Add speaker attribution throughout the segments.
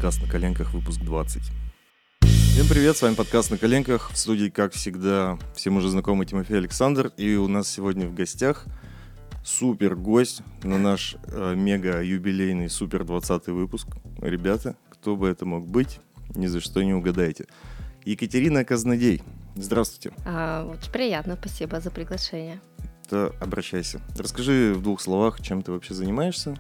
Speaker 1: подкаст «На коленках», выпуск 20. Всем привет, с вами подкаст «На коленках». В студии, как всегда, всем уже знакомый Тимофей Александр. И у нас сегодня в гостях супер гость на наш мега-юбилейный супер 20-й выпуск. Ребята, кто бы это мог быть, ни за что не угадаете. Екатерина Казнадей. Здравствуйте.
Speaker 2: Очень приятно, спасибо за приглашение.
Speaker 1: Да, обращайся. Расскажи в двух словах, чем ты вообще занимаешься.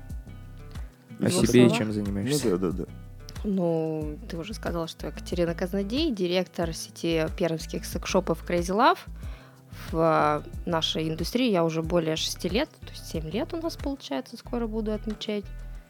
Speaker 3: О себе и чем занимаешься.
Speaker 1: Да.
Speaker 2: Ну, ты уже сказала, что Екатерина Казнадей, директор сети пермских секс-шопов Crazy Love. В нашей индустрии я уже более 6 лет, то есть 7 лет у нас получается, скоро буду отмечать.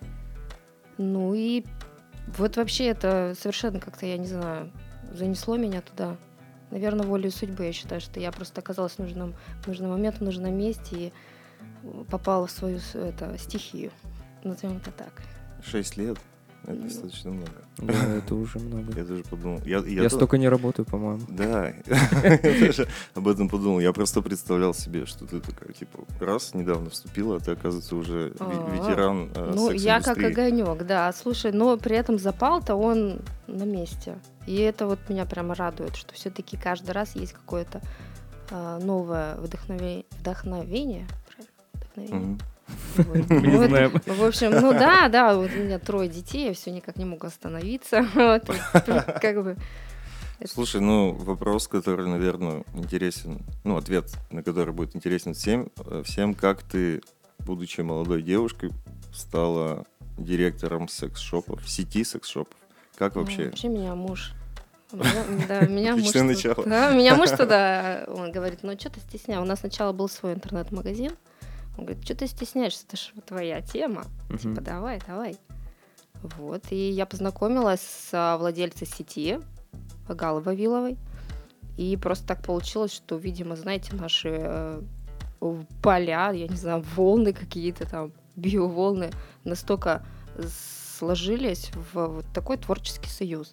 Speaker 2: Ну и вот вообще это совершенно как-то, я не знаю, занесло меня туда. Наверное, волею судьбы. Я считаю, что я просто оказалась в нужный момент, в нужном месте и попала в свою стихию. Назовем это так.
Speaker 1: 6 лет? Это достаточно много.
Speaker 3: Да, это уже много.
Speaker 1: Я тоже подумал.
Speaker 3: Я столько не работаю, по-моему.
Speaker 1: Да, я тоже об этом подумал. Я просто представлял себе, что ты такая, типа, раз, недавно вступила, а ты, оказывается, уже ветеран секс-индустрии.
Speaker 2: Ну, я как огонек, да. Слушай, но при этом запал-то он на месте. И это вот меня прямо радует, что все-таки каждый раз есть какое-то новое вдохновение. Правильно?
Speaker 3: Мы не знаем.
Speaker 2: В общем, ну да, вот у меня 3 детей, я все никак не могу остановиться. Как бы.
Speaker 1: Слушай, ну вопрос, который, наверное, интересен, ну ответ на который будет интересен всем, как ты, будучи молодой девушкой, стала директором секс-шопов, сети секс-шопов. Как вообще?
Speaker 2: Вообще меня муж. Да, меня муж.
Speaker 1: Отличное начало.
Speaker 2: Да, меня муж туда, он говорит, ну что ты стесняешься? У нас сначала был свой интернет-магазин. Он говорит, что ты стесняешься, это же твоя тема. Типа, давай. Вот, и я познакомилась с владельцем сети Галой Вавиловой. И просто так получилось, что, видимо, знаете, наши поля, я не знаю, волны какие-то там, биоволны настолько сложились в вот такой творческий союз.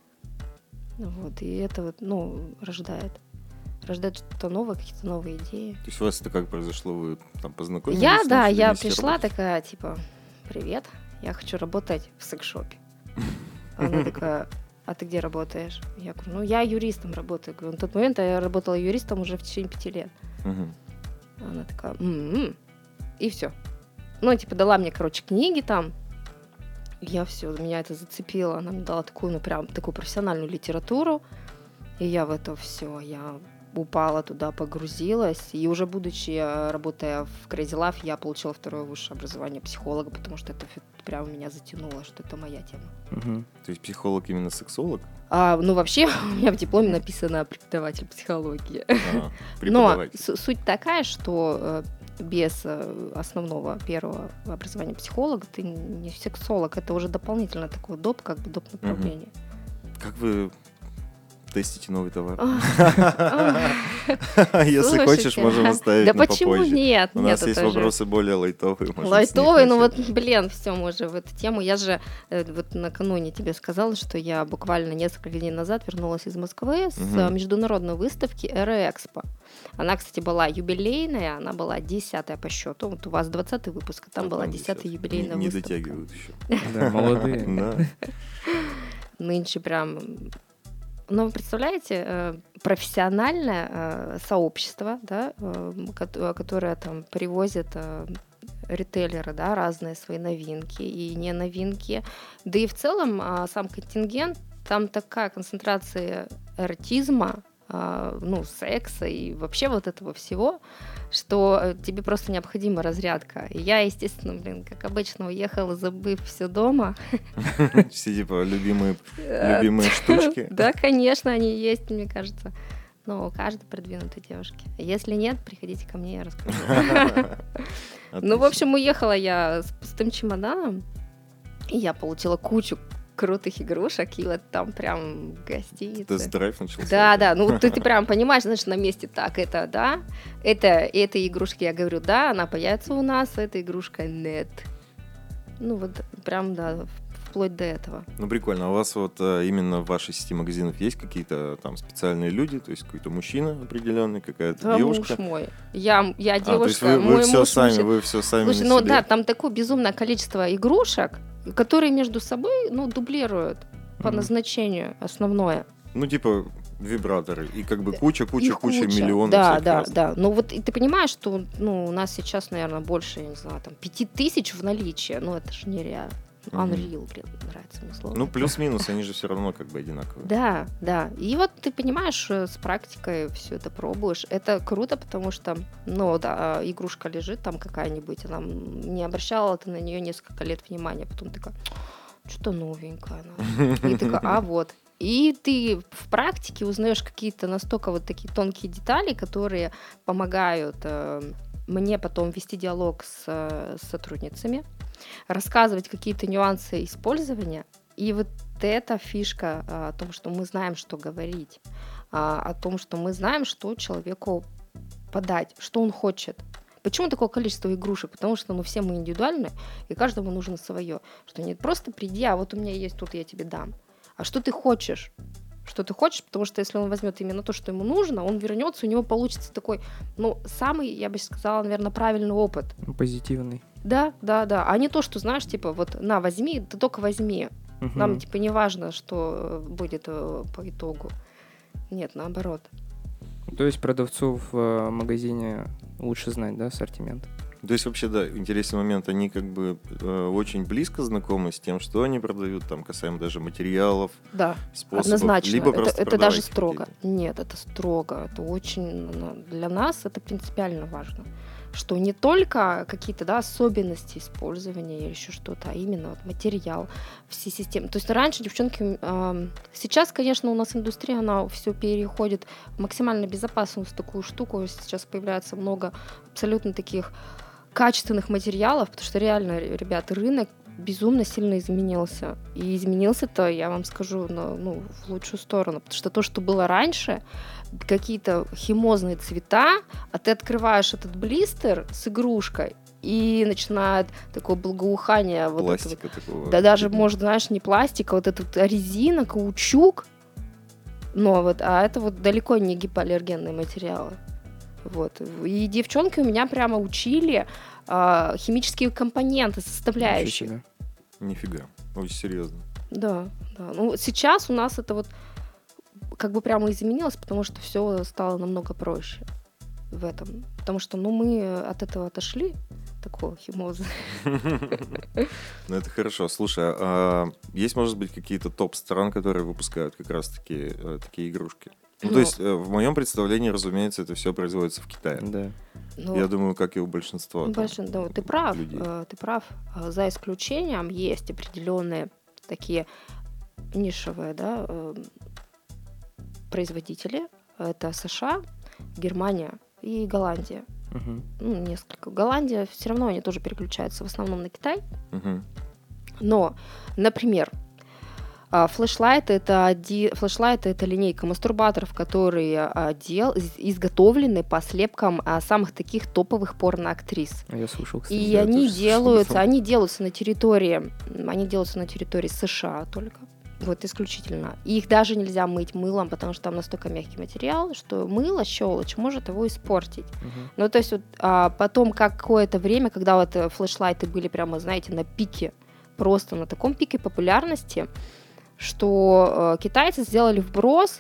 Speaker 2: Вот, и это вот, рождает что-то новое, какие-то новые идеи.
Speaker 1: То есть у вас это как произошло? Вы там познакомились?
Speaker 2: Я пришла такая, типа, привет, я хочу работать в секс-шопе. Она такая, а ты где работаешь? Я говорю, я юристом работаю. Говорю, на тот момент я работала юристом уже в течение 5 лет. Она такая, и все. Дала мне, книги там. Меня это зацепило. Она мне дала такую профессиональную литературу. И я в это все, я упала туда, погрузилась. И уже работая в Crazy Love, я получила 2-е высшее образование психолога, потому что это прямо меня затянуло, что это моя тема.
Speaker 1: То есть психолог именно сексолог?
Speaker 2: Вообще, у меня в дипломе написано преподаватель психологии. Но суть такая, что без основного 1-го образования психолога ты не сексолог, это уже дополнительно такое доп. Направление.
Speaker 1: Как вы тестите новый товар? Если хочешь, можем оставить на попозже.
Speaker 2: Да почему нет?
Speaker 1: У нас есть вопросы более лайтовые.
Speaker 2: Лайтовые, все, мы уже в эту тему. Я же вот накануне тебе сказала, что я буквально несколько дней назад вернулась из Москвы с международной выставки Эро-Экспо. Она, кстати, была юбилейная, она была 10-я по счету. Вот у вас 20-й выпуск, а там была 10-я юбилейная выставка.
Speaker 1: Не дотягивают еще.
Speaker 3: Да, молодые.
Speaker 2: Нынче прям... вы представляете, профессиональное сообщество, да, которое там привозит ритейлеры, да, разные свои новинки и не новинки. Да и в целом сам контингент, там такая концентрация эротизма, секса и вообще вот этого всего, что тебе просто необходима разрядка. И я, естественно, как обычно, уехала, забыв все дома.
Speaker 1: Все типа любимые штучки.
Speaker 2: Да, конечно, они есть, мне кажется. Но у каждой продвинутой девушки. Если нет, приходите ко мне, я расскажу. В общем, уехала я с пустым чемоданом, и я получила кучу крутых игрушек, и вот там прям гостиница.
Speaker 1: Тест-драйв начался?
Speaker 2: Да, ты прям понимаешь, знаешь, на месте так, это, да, этой игрушки я говорю, да, она появится у нас, эта игрушка нет. Прям, да, вплоть до этого.
Speaker 1: Прикольно. А у вас вот именно в вашей сети магазинов есть какие-то там специальные люди, то есть какой-то мужчина определенный, какая-то девушка?
Speaker 2: Муж мой. Я девушка,
Speaker 1: то есть вы
Speaker 2: мой
Speaker 1: все
Speaker 2: муж.
Speaker 1: сами, вы все сами.
Speaker 2: Слушай, да, там такое безумное количество игрушек, которые между собой, дублируют по
Speaker 3: Мгм.
Speaker 2: назначению основное.
Speaker 1: Ну, типа вибраторы. И как бы куча,
Speaker 2: Их
Speaker 1: миллионов
Speaker 2: Да,
Speaker 1: всяких
Speaker 2: да,
Speaker 1: разных.
Speaker 2: да. Ну вот и ты понимаешь, что у нас сейчас, наверное, больше, я не знаю, там 5000 в наличии. Ну это же нереально.
Speaker 1: Мгм.
Speaker 2: Unreal, блин, нравится мне слово.
Speaker 1: Ну, плюс-минус, они же все равно как бы одинаковые.
Speaker 2: Да, да. И вот ты понимаешь, с практикой все это пробуешь. Это круто, потому что, игрушка лежит там какая-нибудь, она не обращала ты на нее несколько лет внимания, потом такая, что-то новенькое. И такая, а вот. И ты в практике узнаешь какие-то настолько вот такие тонкие детали, которые помогают мне потом вести диалог с сотрудницами, рассказывать какие-то нюансы использования. И вот эта фишка о том, что мы знаем, что говорить, о том, что мы знаем, что человеку подать, что он хочет. Почему такое количество игрушек? Потому что все мы индивидуальны, и каждому нужно свое. Что не просто приди, а вот у меня есть тут, я тебе дам. А что ты хочешь? Что ты хочешь, потому что если он возьмет именно то, что ему нужно, он вернется, у него получится такой, самый, я бы сказала, наверное, правильный опыт.
Speaker 3: Позитивный.
Speaker 2: Да. А не то, что, знаешь, типа, вот, на, возьми, ты только возьми.
Speaker 3: Мгм.
Speaker 2: Нам, типа, не важно, что будет по итогу. Нет, наоборот.
Speaker 3: То есть продавцу в магазине лучше знать, да, ассортимент?
Speaker 1: То есть вообще, да, интересный момент, они как бы очень близко знакомы с тем, что они продают, там, касаемо даже материалов,
Speaker 2: Да,
Speaker 1: способов,
Speaker 2: однозначно.
Speaker 1: либо
Speaker 2: Это,
Speaker 1: просто
Speaker 2: это даже
Speaker 1: продавайте
Speaker 2: строго.
Speaker 1: какие-то.
Speaker 2: Нет, это строго. Это очень, для нас это принципиально важно. Что не только какие-то, особенности использования или еще что-то, а именно вот материал, все системы. То есть раньше девчонки... сейчас, конечно, у нас индустрия, она все переходит в максимально безопасную такую штуку. Сейчас появляется много абсолютно таких качественных материалов, потому что реально, ребят, рынок безумно сильно изменился. И изменился-то, я вам скажу, в лучшую сторону. Потому что то, что было раньше, какие-то химозные цвета, а ты открываешь этот блистер с игрушкой, и начинает такое благоухание. Вот
Speaker 1: Пластика такого.
Speaker 2: да даже, может, знаешь, не пластик, а вот эта вот резина, каучук. А это вот далеко не гипоаллергенные материалы. Вот. И девчонки у меня прямо учили химические компоненты, составляющие.
Speaker 3: Ничего себе.
Speaker 1: Нифига, очень серьезно.
Speaker 2: Да. Сейчас у нас это вот как бы прямо изменилось, потому что все стало намного проще в этом. Потому что, мы от этого отошли, такого химоза.
Speaker 1: Ну, это хорошо. Слушай, а есть, может быть, какие-то топ-стран, которые выпускают как раз-таки такие игрушки? То есть, в моем представлении, разумеется, это все производится в Китае.
Speaker 3: Да.
Speaker 1: Я думаю, как и у большинства
Speaker 2: Ты прав,
Speaker 1: людей.
Speaker 2: ты прав. За исключением есть определенные такие нишевые, производители. Это США, Германия и Голландия.
Speaker 3: Мгм.
Speaker 2: Несколько. Голландия, все равно они тоже переключаются в основном на Китай.
Speaker 1: Мгм.
Speaker 2: Но, например, флешлайты это линейка мастурбаторов, которые изготовлены по слепкам самых таких топовых порноактрис.
Speaker 3: Я слышал, кстати.
Speaker 2: И
Speaker 1: я
Speaker 2: они
Speaker 1: тоже
Speaker 2: делаются,
Speaker 1: слышал.
Speaker 2: они делаются на территории США только. Вот исключительно. И их даже нельзя мыть мылом, потому что там настолько мягкий материал, что мыло, щелочь может его испортить.
Speaker 3: Мгм.
Speaker 2: То есть потом какое-то время, когда вот флешлайты были прямо, знаете, на пике, просто на таком пике популярности, что китайцы сделали вброс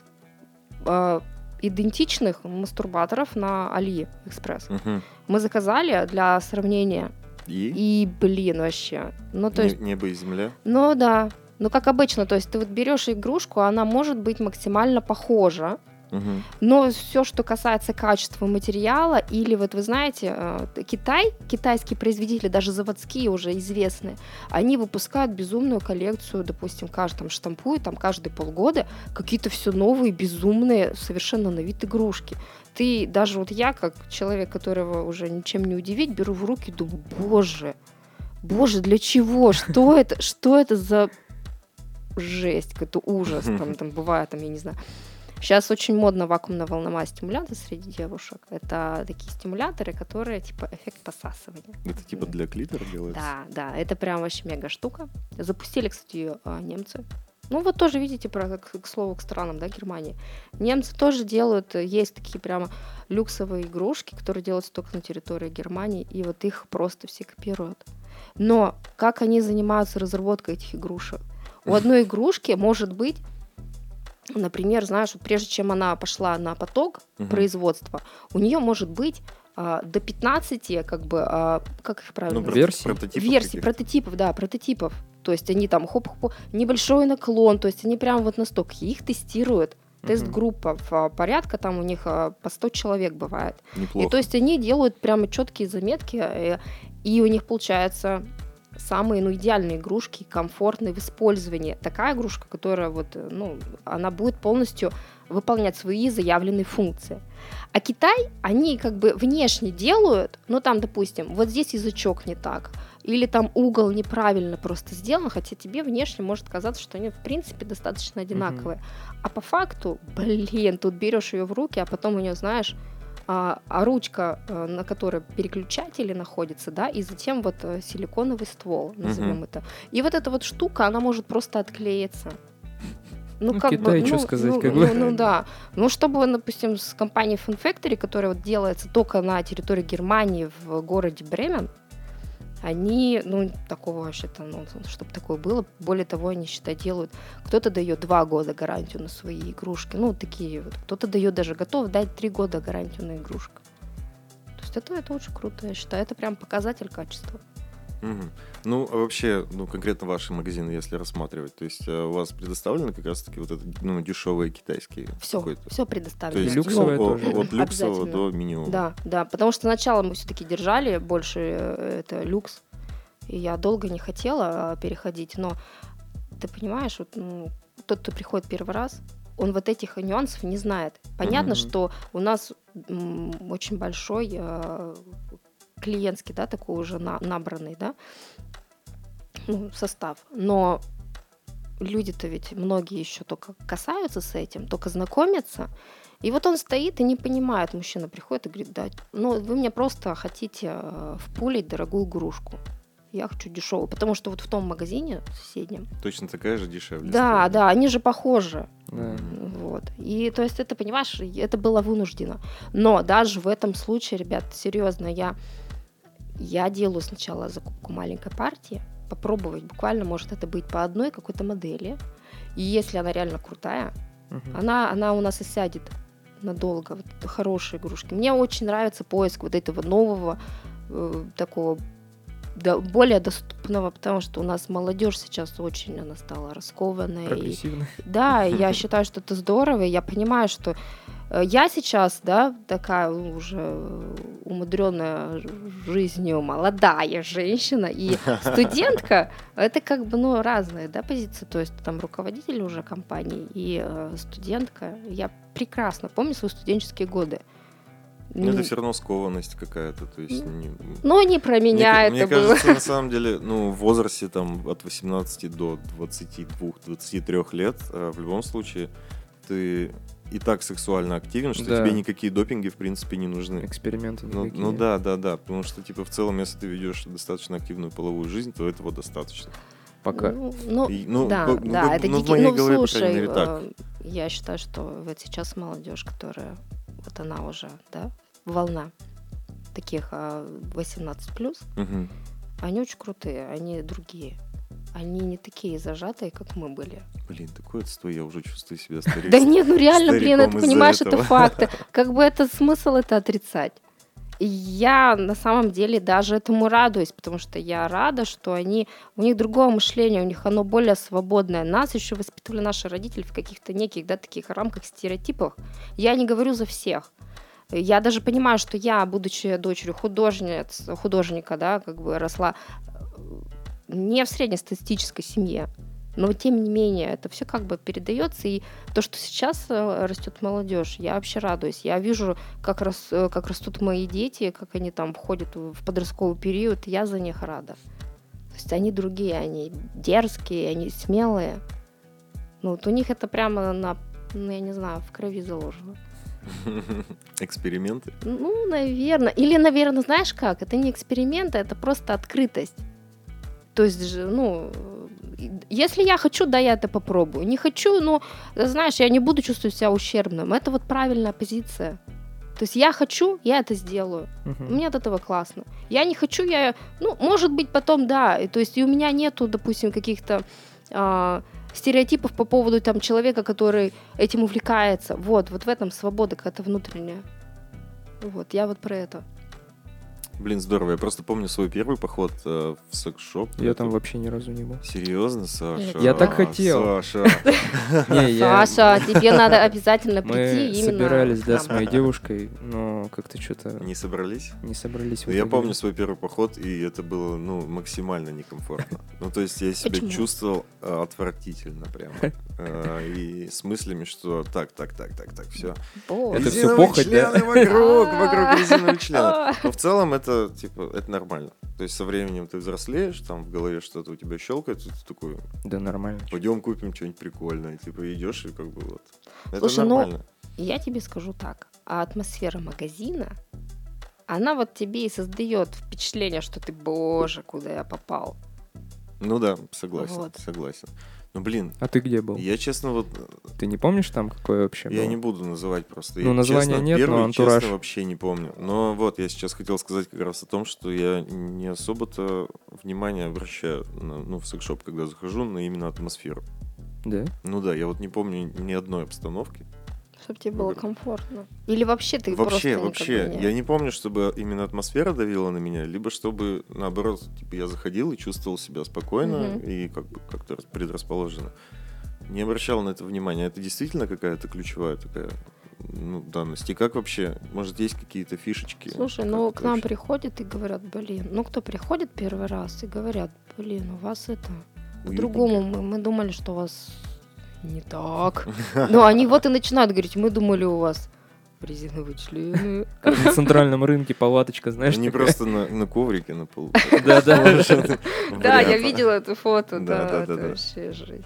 Speaker 2: идентичных мастурбаторов на AliExpress.
Speaker 1: Мгм.
Speaker 2: Мы заказали для сравнения, и, блин, вообще. То есть,
Speaker 1: Небо и земля?
Speaker 2: да. Как обычно, то есть ты вот берешь игрушку, она может быть максимально похожа,
Speaker 1: Мгм.
Speaker 2: но все, что касается качества материала, или вот вы знаете, китайские производители, даже заводские уже известные, они выпускают безумную коллекцию, допустим, каждый штампует, каждые полгода какие-то все новые, безумные, совершенно на вид игрушки. Ты, даже вот я, как человек, которого уже ничем не удивить, беру в руки и думаю, боже, для чего? Что это за жесть, какой-то ужас, там бывает, я не знаю. Сейчас очень модно вакуумно-волновая стимуляция среди девушек. Это такие стимуляторы, которые типа эффект посасывания.
Speaker 1: Это типа для клитора делается?
Speaker 2: Да, это прям вообще мега штука. Запустили, кстати, ее немцы. Вот тоже, видите, к слову, к странам, Германии. Немцы тоже делают, есть такие прямо люксовые игрушки, которые делаются только на территории Германии, и вот их просто все копируют. Но как они занимаются разработкой этих игрушек? У одной игрушки может быть, например, знаешь, вот прежде чем она пошла на поток производства, у нее может быть до 15, как бы, как их правильно
Speaker 3: версий?
Speaker 2: Прототипов. То есть они там хоп-хоп, небольшой наклон, то есть они прям вот настолько, их тестируют. Тест-группа порядка, там у них по 100 человек бывает.
Speaker 1: Неплохо.
Speaker 2: И то есть они делают прямо четкие заметки, и у них получается самые идеальные игрушки, комфортные в использовании. Такая игрушка, которая вот, она будет полностью выполнять свои заявленные функции. А Китай, они как бы внешне делают, там, допустим, вот здесь язычок не так, или там угол неправильно просто сделан, хотя тебе внешне может казаться, что они в принципе достаточно одинаковые. А по факту, тут берешь ее в руки, а потом у нее, знаешь, ручка, на которой переключатели находятся, да, и затем вот силиконовый ствол, назовем это. И вот эта вот штука, она может просто отклеиться.
Speaker 3: В Китае, что сказать, как бы.
Speaker 2: Да. Чтобы, допустим, с компанией Fun Factory, которая вот делается только на территории Германии в городе Бремен, они, такого вообще-то, чтобы такое было, более того, они, считай, делают, кто-то дает 2 года гарантию на свои игрушки, такие вот, кто-то дает даже, готов дать 3 года гарантию на игрушку. То есть это очень круто, я считаю, это прям показатель качества.
Speaker 1: А вообще, конкретно ваши магазины, если рассматривать, то есть у вас предоставлены как раз-таки вот это, дешевые китайские?
Speaker 2: Все предоставлено.
Speaker 3: То есть люксовые тоже?
Speaker 1: От люксового до минимума.
Speaker 2: Да, потому что сначала мы все-таки держали больше это люкс, и я долго не хотела переходить, но ты понимаешь, вот, тот, кто приходит первый раз, он вот этих нюансов не знает. Понятно, что у нас очень большой клиентский, да, такой уже набранный, да, состав. Но люди-то ведь многие еще только касаются с этим, только знакомятся. И вот он стоит и не понимает, мужчина приходит и говорит, да, вы мне просто хотите впулить дорогую игрушку. Я хочу дешевую, потому что вот в том магазине соседнем...
Speaker 1: Точно такая же дешевле.
Speaker 2: Да, они же похожи.
Speaker 3: Да.
Speaker 2: Вот. И то есть это, понимаешь, это было вынуждено. Но даже в этом случае, ребят, серьезно, я делаю сначала закупку маленькой партии, попробовать буквально, может это быть по одной какой-то модели. И если она реально крутая, она у нас и сядет надолго. Вот хорошие игрушки. Мне очень нравится поиск вот этого нового, такого более доступного, потому что у нас молодежь сейчас очень, она стала раскованной.
Speaker 3: Прогрессивная.
Speaker 2: Да, я считаю, что это здорово, и я понимаю, что я сейчас, да, такая уже умудренная жизнью молодая женщина и студентка, это как бы, разные, да, позиции, то есть там руководитель уже компании и студентка. Я прекрасно помню свои студенческие годы.
Speaker 1: Это все равно скованность какая-то, то есть...
Speaker 2: не про меня это
Speaker 1: мне
Speaker 2: было.
Speaker 1: кажется, на самом деле, в возрасте там от 18 до 22-23 лет, в любом случае, ты и так сексуально активен, что тебе никакие допинги, в принципе, не нужны.
Speaker 3: Эксперименты никакие.
Speaker 1: Да, потому что, в целом, если ты ведешь достаточно активную половую жизнь, то этого достаточно.
Speaker 3: Пока.
Speaker 2: Это
Speaker 1: в моей голове, по крайней
Speaker 2: слушай,
Speaker 1: мере, так.
Speaker 2: Я считаю, что вот сейчас молодежь, которая, вот она уже, да, волна таких 18+, они очень крутые, они другие. Они не такие зажатые, как мы были.
Speaker 1: Блин, такой отстой, я уже чувствую себя стариком.
Speaker 2: Да нет, реально, это, понимаешь,
Speaker 1: этого.
Speaker 2: это факты. Как бы это смысл это отрицать. И я на самом деле даже этому радуюсь, потому что я рада, что у них другое мышление, у них оно более свободное. Нас еще воспитывали наши родители в каких-то неких, да, таких рамках, стереотипах. Я не говорю за всех. Я даже понимаю, что я, будучи дочерью художника, да, как бы росла не в среднестатистической семье, но тем не менее это все как бы передается, и то, что сейчас растет молодежь, я вообще радуюсь. Я вижу, как растут мои дети, как они там входят в подростковый период, я за них рада. То есть они другие, они дерзкие, они смелые. Вот у них это прямо я не знаю, в крови заложено.
Speaker 1: Эксперименты?
Speaker 2: Наверное. Или, наверное, знаешь как? Это не эксперименты, это просто открытость. То есть, если я хочу, да, я это попробую. Не хочу, знаешь, я не буду чувствовать себя ущербным. Это вот правильная позиция. То есть я хочу, я это сделаю. Мне от этого классно. Я не хочу, может быть, потом, да. То есть и у меня нету, допустим, каких-то стереотипов по поводу там человека, который этим увлекается. Вот в этом свобода какая-то внутренняя. Вот, я вот про это.
Speaker 1: Блин, здорово. Я просто помню свой первый поход в секс-шоп.
Speaker 3: Я там вообще ни разу не был.
Speaker 1: Серьезно, Саша?
Speaker 3: Я так хотел.
Speaker 1: Саша.
Speaker 2: Саша, тебе надо обязательно прийти
Speaker 3: Мы
Speaker 2: именно.
Speaker 3: собирались, да, с моей девушкой, но как-то что-то
Speaker 1: Не собрались?
Speaker 3: не собрались. в
Speaker 1: Я
Speaker 3: итоге.
Speaker 1: помню свой первый поход, и это было, максимально некомфортно. То есть я себя
Speaker 2: Почему?
Speaker 1: чувствовал отвратительно прямо. И с мыслями, что так, все.
Speaker 2: Боже.
Speaker 3: Это всё похоть, да?
Speaker 1: Вокруг резиновых членов. Но в целом это нормально. То есть со временем ты взрослеешь, там в голове что-то у тебя щелкает, и ты такой,
Speaker 3: Да, нормально.
Speaker 1: пойдем купим что-нибудь прикольное. Идешь и как бы вот. Это
Speaker 2: Слушай,
Speaker 1: нормально.
Speaker 2: Я тебе скажу так, а атмосфера магазина, она вот тебе и создает впечатление, что ты, боже, куда я попал.
Speaker 1: Ну да, согласен,
Speaker 2: Вот.
Speaker 1: согласен. Ну блин,
Speaker 3: А ты где был?
Speaker 1: я честно
Speaker 3: Ты не помнишь там, какое вообще
Speaker 1: я
Speaker 3: было?
Speaker 1: не буду называть просто.
Speaker 3: Ну,
Speaker 1: Я,
Speaker 3: названия
Speaker 1: честно,
Speaker 3: нет, но
Speaker 1: первый,
Speaker 3: антураж.
Speaker 1: честно, вообще не помню. Но вот я сейчас хотел сказать как раз о том, что я не особо-то внимание обращаю в секс-шоп, когда захожу, на именно атмосферу.
Speaker 3: Да?
Speaker 1: Ну да, я вот не помню ни одной обстановки.
Speaker 2: Чтобы тебе было комфортно. Или вообще ты
Speaker 1: Вообще,
Speaker 2: просто никогда не...
Speaker 1: я не помню, чтобы именно атмосфера давила на меня, либо чтобы, наоборот, я заходил и чувствовал себя спокойно и как-то предрасположенно. Не обращал на это внимания. Это действительно какая-то ключевая такая данность. И как вообще? Может, есть какие-то фишечки?
Speaker 2: Слушай,
Speaker 1: Как
Speaker 2: к нам
Speaker 1: вообще?
Speaker 2: приходят и говорят, кто приходит первый раз и говорят, у вас это
Speaker 1: Уютненько.
Speaker 2: по-другому, мы думали, что у вас не так. Но они вот и начинают говорить, мы думали, у вас резиновые члены.
Speaker 3: Как на центральном рынке палаточка, знаешь,
Speaker 1: Они
Speaker 3: такая.
Speaker 1: просто на коврике на полу.
Speaker 3: Да-да.
Speaker 2: Да, я видела эту фото,
Speaker 1: Да,
Speaker 2: да,
Speaker 1: да,
Speaker 2: это
Speaker 1: да.
Speaker 2: вообще жесть.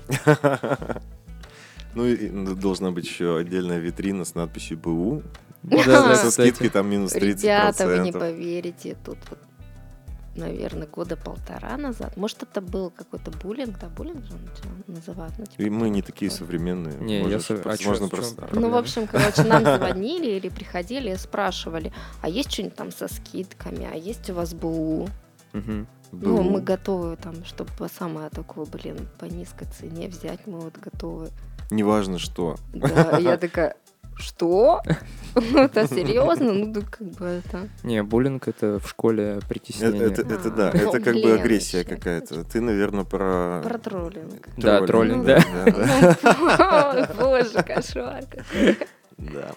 Speaker 1: Ну и должна быть еще отдельная витрина с надписью БУ.
Speaker 3: Да-да,
Speaker 1: Со
Speaker 3: кстати.
Speaker 1: скидкой там минус 30%.
Speaker 2: Ребята, вы не поверите, тут вот, наверное, года 1.5 назад. Может, это был какой-то буллинг, да, буллинг же называют.
Speaker 1: И мы не
Speaker 2: того,
Speaker 1: такие
Speaker 2: такое.
Speaker 1: современные.
Speaker 3: Не,
Speaker 1: Возможно, просто...
Speaker 2: Ну, в общем, нам звонили или приходили и спрашивали, а есть что-нибудь там со скидками, а есть у вас БУ?
Speaker 3: Мгм.
Speaker 2: Ну, мы готовы там, чтобы самое такое, по низкой цене взять, мы вот готовы.
Speaker 1: Неважно что.
Speaker 2: Да, я такая, что? Это серьезно? Это...
Speaker 3: Не, буллинг — это в школе притеснение.
Speaker 1: Это да,
Speaker 2: Ну,
Speaker 1: это как бы
Speaker 2: блин,
Speaker 1: агрессия
Speaker 2: вообще.
Speaker 1: какая-то. Ты, наверное, про...
Speaker 2: Про троллинг.
Speaker 3: Да, троллинг,
Speaker 2: Ну,
Speaker 3: да.
Speaker 2: Ой, боже, кошмар какой.
Speaker 1: Да.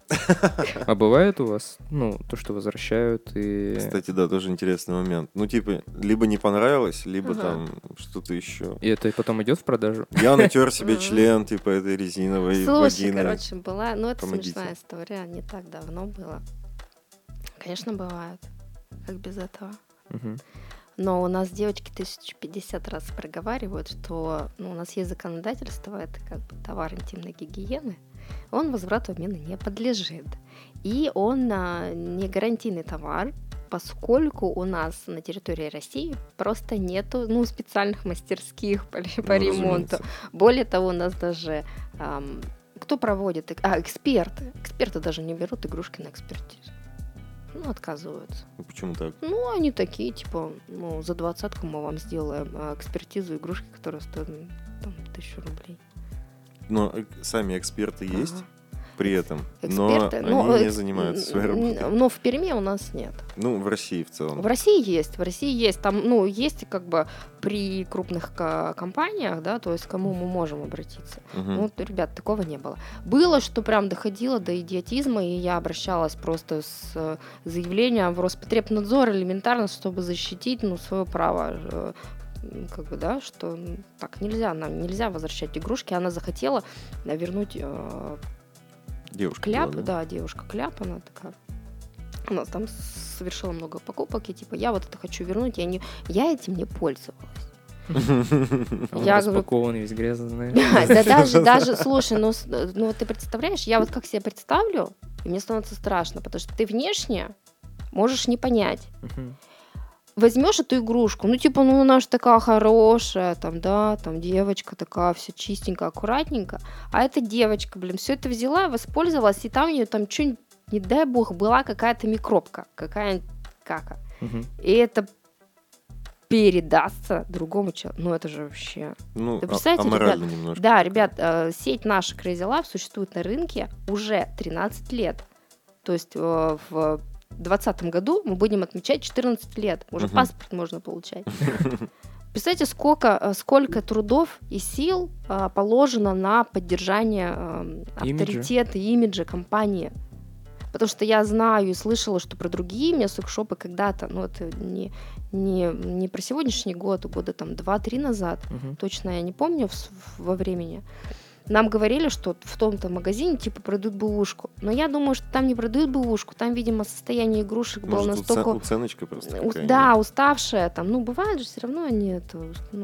Speaker 3: А бывает у вас, то, что возвращают и...
Speaker 1: Кстати, да, тоже интересный момент. Либо не понравилось, либо
Speaker 2: Ага.
Speaker 1: там что-то еще.
Speaker 3: И это потом идет в продажу?
Speaker 1: Я натер себе
Speaker 2: Мгм.
Speaker 1: член, этой резиновой
Speaker 2: Слушай,
Speaker 1: вагиной.
Speaker 2: была, это
Speaker 1: Помогите.
Speaker 2: смешная история, не так давно было. Конечно, бывает, как без этого.
Speaker 3: Мгм.
Speaker 2: Но у нас девочки 1050 раз проговаривают, что у нас есть законодательство, это как бы товар интимной гигиены, он возврату обмена не подлежит. И он не гарантийный товар, поскольку у нас на территории России просто нету специальных мастерских по ремонту.
Speaker 1: Разумеется.
Speaker 2: Более того, у нас даже кто проводит? Эксперты. Эксперты даже не берут игрушки на экспертизу. Отказываются.
Speaker 1: Почему так?
Speaker 2: Они такие, за 20 мы вам сделаем экспертизу игрушки, которая стоит 1000 рублей.
Speaker 1: Но сами эксперты есть
Speaker 2: Ага.
Speaker 1: при этом,
Speaker 2: Эксперты,
Speaker 1: но они не занимаются своей работой.
Speaker 2: Но в Перми у нас нет.
Speaker 1: В России в целом.
Speaker 2: В России есть. Там, есть как бы при крупных компаниях, да, то есть к кому мы можем обратиться.
Speaker 1: Мгм.
Speaker 2: Ребят, такого не было. Было, что прям доходило до идиотизма, и я обращалась просто с заявлением в Роспотребнадзор элементарно, чтобы защитить, свое право, что так нельзя, нам нельзя возвращать игрушки. Она захотела вернуть
Speaker 1: Девушка
Speaker 2: кляп,
Speaker 1: была,
Speaker 2: да, девушка кляп, она такая. Она там совершила много покупок, и я вот это хочу вернуть, я этим не пользовалась.
Speaker 3: А он
Speaker 2: Я говорю,
Speaker 3: распакованный, весь грязный, знаешь.
Speaker 2: Да даже, слушай, вот ты представляешь, я вот как себе представлю, и мне становится страшно, потому что ты внешне можешь не понять.
Speaker 3: Мгм.
Speaker 2: Возьмешь эту игрушку, она же такая хорошая, там девочка такая, все чистенько, аккуратненько, а эта девочка, все это взяла, воспользовалась, и там у нее там что-нибудь не дай бог, была какая-то микробка, какая-нибудь кака.
Speaker 3: Мгм.
Speaker 2: И это передастся другому человеку. Ну, это же вообще...
Speaker 1: Ну,
Speaker 2: Вы представляете,
Speaker 1: аморально немножко.
Speaker 2: Да, ребят, сеть наша Crazy Lab существует на рынке уже 13 лет. То есть в 2020 году мы будем отмечать 14 лет. Уже
Speaker 1: Мгм.
Speaker 2: паспорт можно получать. Представляете, сколько трудов и сил положено на поддержание авторитета, имиджа компании. Потому что я знаю и слышала, что про другие секс-шопы когда-то, ну это не про сегодняшний год, года там 2-3 назад,
Speaker 3: Мгм.
Speaker 2: точно я не помню во времени, нам говорили, что в том-то магазине типа продают бэушку. Но я думаю, что там не продают бэушку, там, видимо, состояние игрушек было
Speaker 1: Может,
Speaker 2: настолько...
Speaker 1: уценочка просто какая-нибудь?
Speaker 2: Да, уставшая там. Ну, бывает же, все равно они это... ну.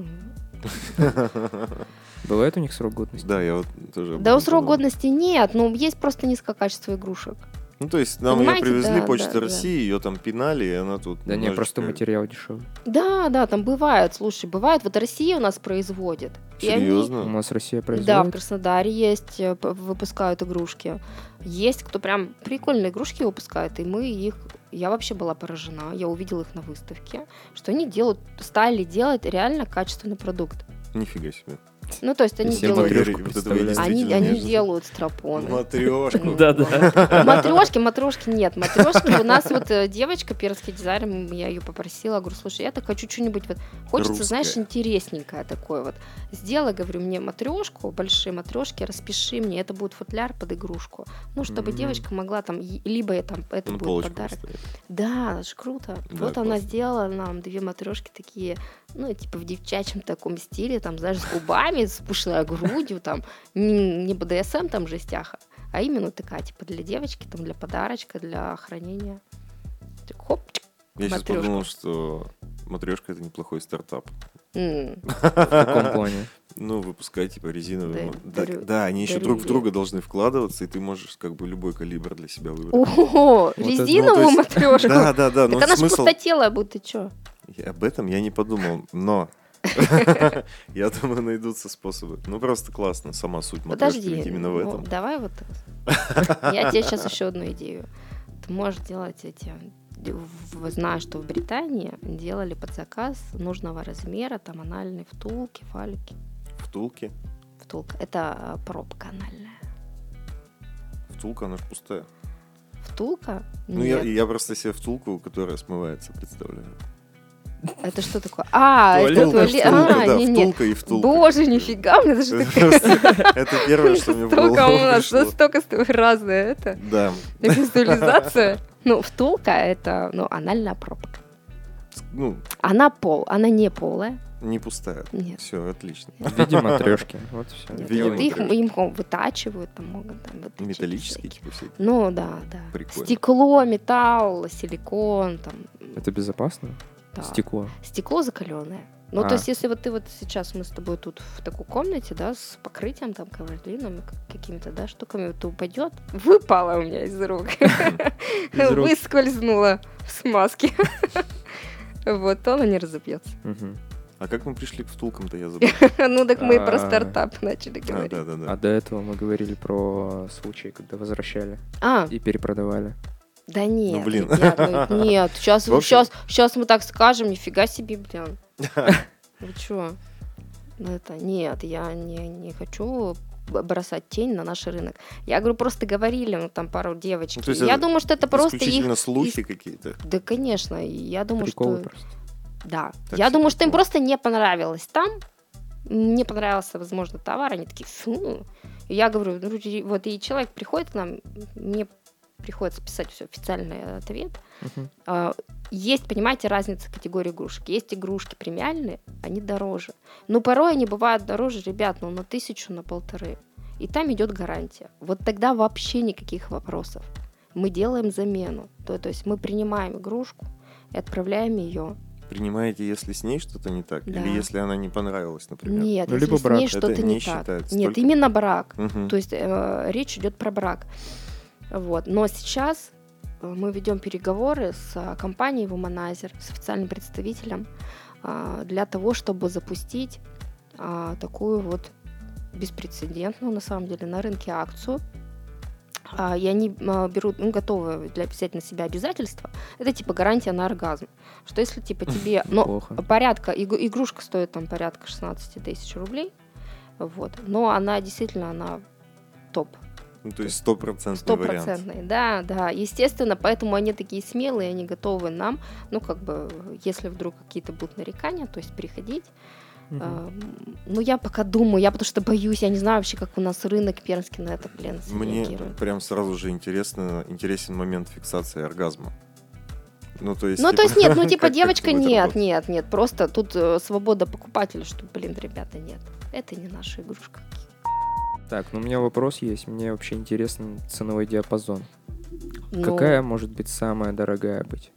Speaker 3: Бывает у них срок годности?
Speaker 1: Да, я вот тоже об
Speaker 2: Да,
Speaker 1: этом
Speaker 2: у срок
Speaker 1: подумал.
Speaker 2: годности нет, но есть просто низкое качество игрушек.
Speaker 1: Ну, то есть нам ее
Speaker 2: Понимаете,
Speaker 1: привезли,
Speaker 2: да,
Speaker 1: Почта
Speaker 2: да,
Speaker 1: России, ее там пинали, и она тут
Speaker 3: Да не, просто
Speaker 1: немножечко-
Speaker 3: материал дешевый.
Speaker 2: Да, там бывает, слушай, бывает. Вот Россия у нас производит. И они-
Speaker 3: У
Speaker 1: Серьезно?
Speaker 3: нас Россия
Speaker 2: Да, в
Speaker 3: производит.
Speaker 2: Краснодаре есть, выпускают игрушки. Есть, кто прям прикольные игрушки выпускает, и мы их... Я вообще была поражена, я увидела их на выставке, что они стали делать реально качественный продукт.
Speaker 1: Нифига себе.
Speaker 2: Ну, то есть они
Speaker 3: все
Speaker 2: делают...
Speaker 3: матрешку
Speaker 1: Вот это вы
Speaker 3: представляют.
Speaker 1: действительно
Speaker 2: Они
Speaker 1: неожиданно.
Speaker 2: делают стропоны.
Speaker 1: Матрешку.
Speaker 3: Да-да.
Speaker 2: Матрешки нет. Матрешки у нас вот девочка, перский дизайнер, я ее попросила, говорю, слушай, я так хочу что-нибудь вот хочется,
Speaker 1: Русское.
Speaker 2: знаешь, интересненькое такое вот. Сделай, говорю, мне матрешку, большие матрешки, распиши мне, это будет футляр под игрушку. Ну, чтобы
Speaker 1: Мгм.
Speaker 2: девочка могла там, либо это
Speaker 1: На
Speaker 2: будет
Speaker 1: полочку
Speaker 2: подарок.
Speaker 1: поставить.
Speaker 2: Да, это ж круто.
Speaker 1: Да,
Speaker 2: Вот она
Speaker 1: классно.
Speaker 2: сделала нам 2 матрешки такие, ну, типа в девчачьем таком стиле, там, знаешь, с губами, с пышной грудью, там, не БДСМ, там, жестяха, а именно такая, типа, для девочки, там, для подарочка, для хранения. Так, хоп,
Speaker 1: Я сейчас
Speaker 2: Матрёшка.
Speaker 1: подумал, что матрешка это неплохой стартап.
Speaker 3: В каком плане?
Speaker 1: Ну, выпускай, типа, резиновые.
Speaker 2: дарю-
Speaker 1: Да, они еще
Speaker 2: дарю
Speaker 1: друг в
Speaker 2: ей.
Speaker 1: друга должны вкладываться, и ты можешь как бы любой калибр для себя выбрать.
Speaker 2: Ого,
Speaker 3: это-
Speaker 2: резиновую
Speaker 1: ну, то есть-
Speaker 2: матрешку.
Speaker 1: Да, да,
Speaker 2: Так
Speaker 1: но
Speaker 2: она ж
Speaker 1: смысл...
Speaker 2: пустотелая будет, ты чё?
Speaker 1: Об этом я не подумал, но я думаю, найдутся способы. Ну, просто классно, сама суть матрешки
Speaker 2: Подожди,
Speaker 1: ведь именно в
Speaker 2: ну,
Speaker 1: этом.
Speaker 2: давай вот. Я тебе сейчас еще одну идею. Ты можешь делать эти... Знаю, что в Британии делали под заказ нужного размера, там анальные втулки, фалики.
Speaker 1: Втулки.
Speaker 2: Втулка. Это пробка анальная.
Speaker 1: Втулка, она же пустая.
Speaker 2: Втулка?
Speaker 1: Ну,
Speaker 2: Нет.
Speaker 1: я просто себе втулку, которая смывается, представляю.
Speaker 2: Это что такое? А, это
Speaker 3: Туалет?
Speaker 2: туалет.
Speaker 1: Втулка,
Speaker 2: А,
Speaker 1: да,
Speaker 2: не-не.
Speaker 1: втулка и втулка.
Speaker 2: Боже, нифига, мне даже такая...
Speaker 1: Это первое, что мне в
Speaker 2: Настолько
Speaker 1: голову
Speaker 2: у нас
Speaker 1: пришло.
Speaker 2: настолько с тобой разное это.
Speaker 1: Да,
Speaker 2: Визуализация. Ну, втулка — это, анальная пробка.
Speaker 1: ну,
Speaker 2: Она не полая.
Speaker 1: не пустая.
Speaker 2: Нет.
Speaker 1: Все, отлично.
Speaker 3: В виде матрешки. Вот все.
Speaker 2: Нет,
Speaker 1: Видимо,
Speaker 2: вот их
Speaker 1: матрешки.
Speaker 2: им вытачивают, там могут там вытачивать
Speaker 1: Металлические,
Speaker 2: всякие.
Speaker 1: типа, всякие.
Speaker 2: Ну да.
Speaker 1: Прикольно.
Speaker 2: Стекло, металл, силикон, там.
Speaker 3: Это безопасно?
Speaker 2: Да.
Speaker 3: Стекло.
Speaker 2: Стекло закаленное. Ну,
Speaker 3: А.
Speaker 2: то есть, если вот ты вот сейчас мы с тобой тут в такой комнате, да, с покрытием, там, коверлином, какими-то, да, штуками, вот упадет, выпала у меня из рук,
Speaker 3: Из рук.
Speaker 2: выскользнула в смазке. Вот, он и не разобьется.
Speaker 3: Мгм.
Speaker 1: А как мы пришли к втулкам-то, я забыл.
Speaker 2: Ну, так мы и про
Speaker 3: А.
Speaker 2: стартап начали
Speaker 1: А,
Speaker 2: говорить.
Speaker 3: А
Speaker 1: да-да-да.
Speaker 3: до этого мы говорили про случаи, когда возвращали
Speaker 2: А,
Speaker 3: и перепродавали.
Speaker 2: да нет,
Speaker 1: блин.
Speaker 2: ребят, нет, сейчас,
Speaker 1: В общем-
Speaker 2: сейчас мы так скажем, нифига себе, блин. Вы чё? Нет, я не хочу бросать тень на наш рынок. Я говорю, просто говорили, там пару девочек.
Speaker 1: Ну, то есть
Speaker 2: Я
Speaker 1: это
Speaker 2: думаю, что это просто их...
Speaker 1: Исключительно слухи какие-то.
Speaker 2: Да, конечно, я думаю,
Speaker 3: Приколы
Speaker 2: что...
Speaker 3: просто.
Speaker 2: Да,
Speaker 1: Так
Speaker 2: я
Speaker 1: себе
Speaker 2: думаю, что им
Speaker 1: прикол.
Speaker 2: просто не понравилось там. Мне понравился, возможно, товар, они такие, фу. И я говорю, вот и человек приходит к нам, мне приходится писать все официальный ответ.
Speaker 3: Мгм.
Speaker 2: Есть, понимаете, разница категории игрушек. Есть игрушки премиальные, они дороже. Но порой они бывают дороже, ребят, на 1000, на 1500. И там идет гарантия. Вот тогда вообще никаких вопросов. Мы делаем замену. То есть мы принимаем игрушку и отправляем ее.
Speaker 1: Принимаете, если с ней что-то не так?
Speaker 2: Да.
Speaker 1: Или если она не понравилась, например?
Speaker 2: Нет,
Speaker 3: Ну,
Speaker 2: если
Speaker 3: либо
Speaker 2: с ней
Speaker 3: брак.
Speaker 2: что-то
Speaker 1: Это
Speaker 2: не
Speaker 1: не
Speaker 2: так.
Speaker 1: считается
Speaker 2: Нет,
Speaker 1: только-
Speaker 2: именно брак.
Speaker 1: Мгм.
Speaker 2: То есть речь идет про брак. Вот. Но сейчас мы ведем переговоры с компанией Womanizer, с официальным представителем, для того, чтобы запустить такую вот беспрецедентную, на самом деле, на рынке акцию. И они берут, готовы взять на себя обязательства. Это типа гарантия на оргазм. Что если типа тебе,
Speaker 3: Неплохо.
Speaker 2: порядка, игрушка стоит там порядка 16 тысяч рублей, вот, но она действительно, она топ.
Speaker 1: Ну, то есть 100% вариант.
Speaker 2: Стопроцентный, да. Естественно, поэтому они такие смелые, они готовы нам, если вдруг какие-то будут нарекания, то есть приходить. Я пока думаю, потому что боюсь, я не знаю вообще, как у нас рынок пермский на это,
Speaker 1: Мне
Speaker 2: реагирует.
Speaker 1: прям сразу же интересен момент фиксации оргазма.
Speaker 2: Нет,
Speaker 1: как
Speaker 2: девочка,
Speaker 1: это будет
Speaker 2: нет,
Speaker 1: работать?
Speaker 2: просто тут свобода покупателя, что, ребята, нет, это не наша игрушка.
Speaker 3: Так, у меня вопрос есть. Мне вообще интересен ценовой диапазон.
Speaker 2: Ну,
Speaker 3: Какая может быть самая дорогая быть?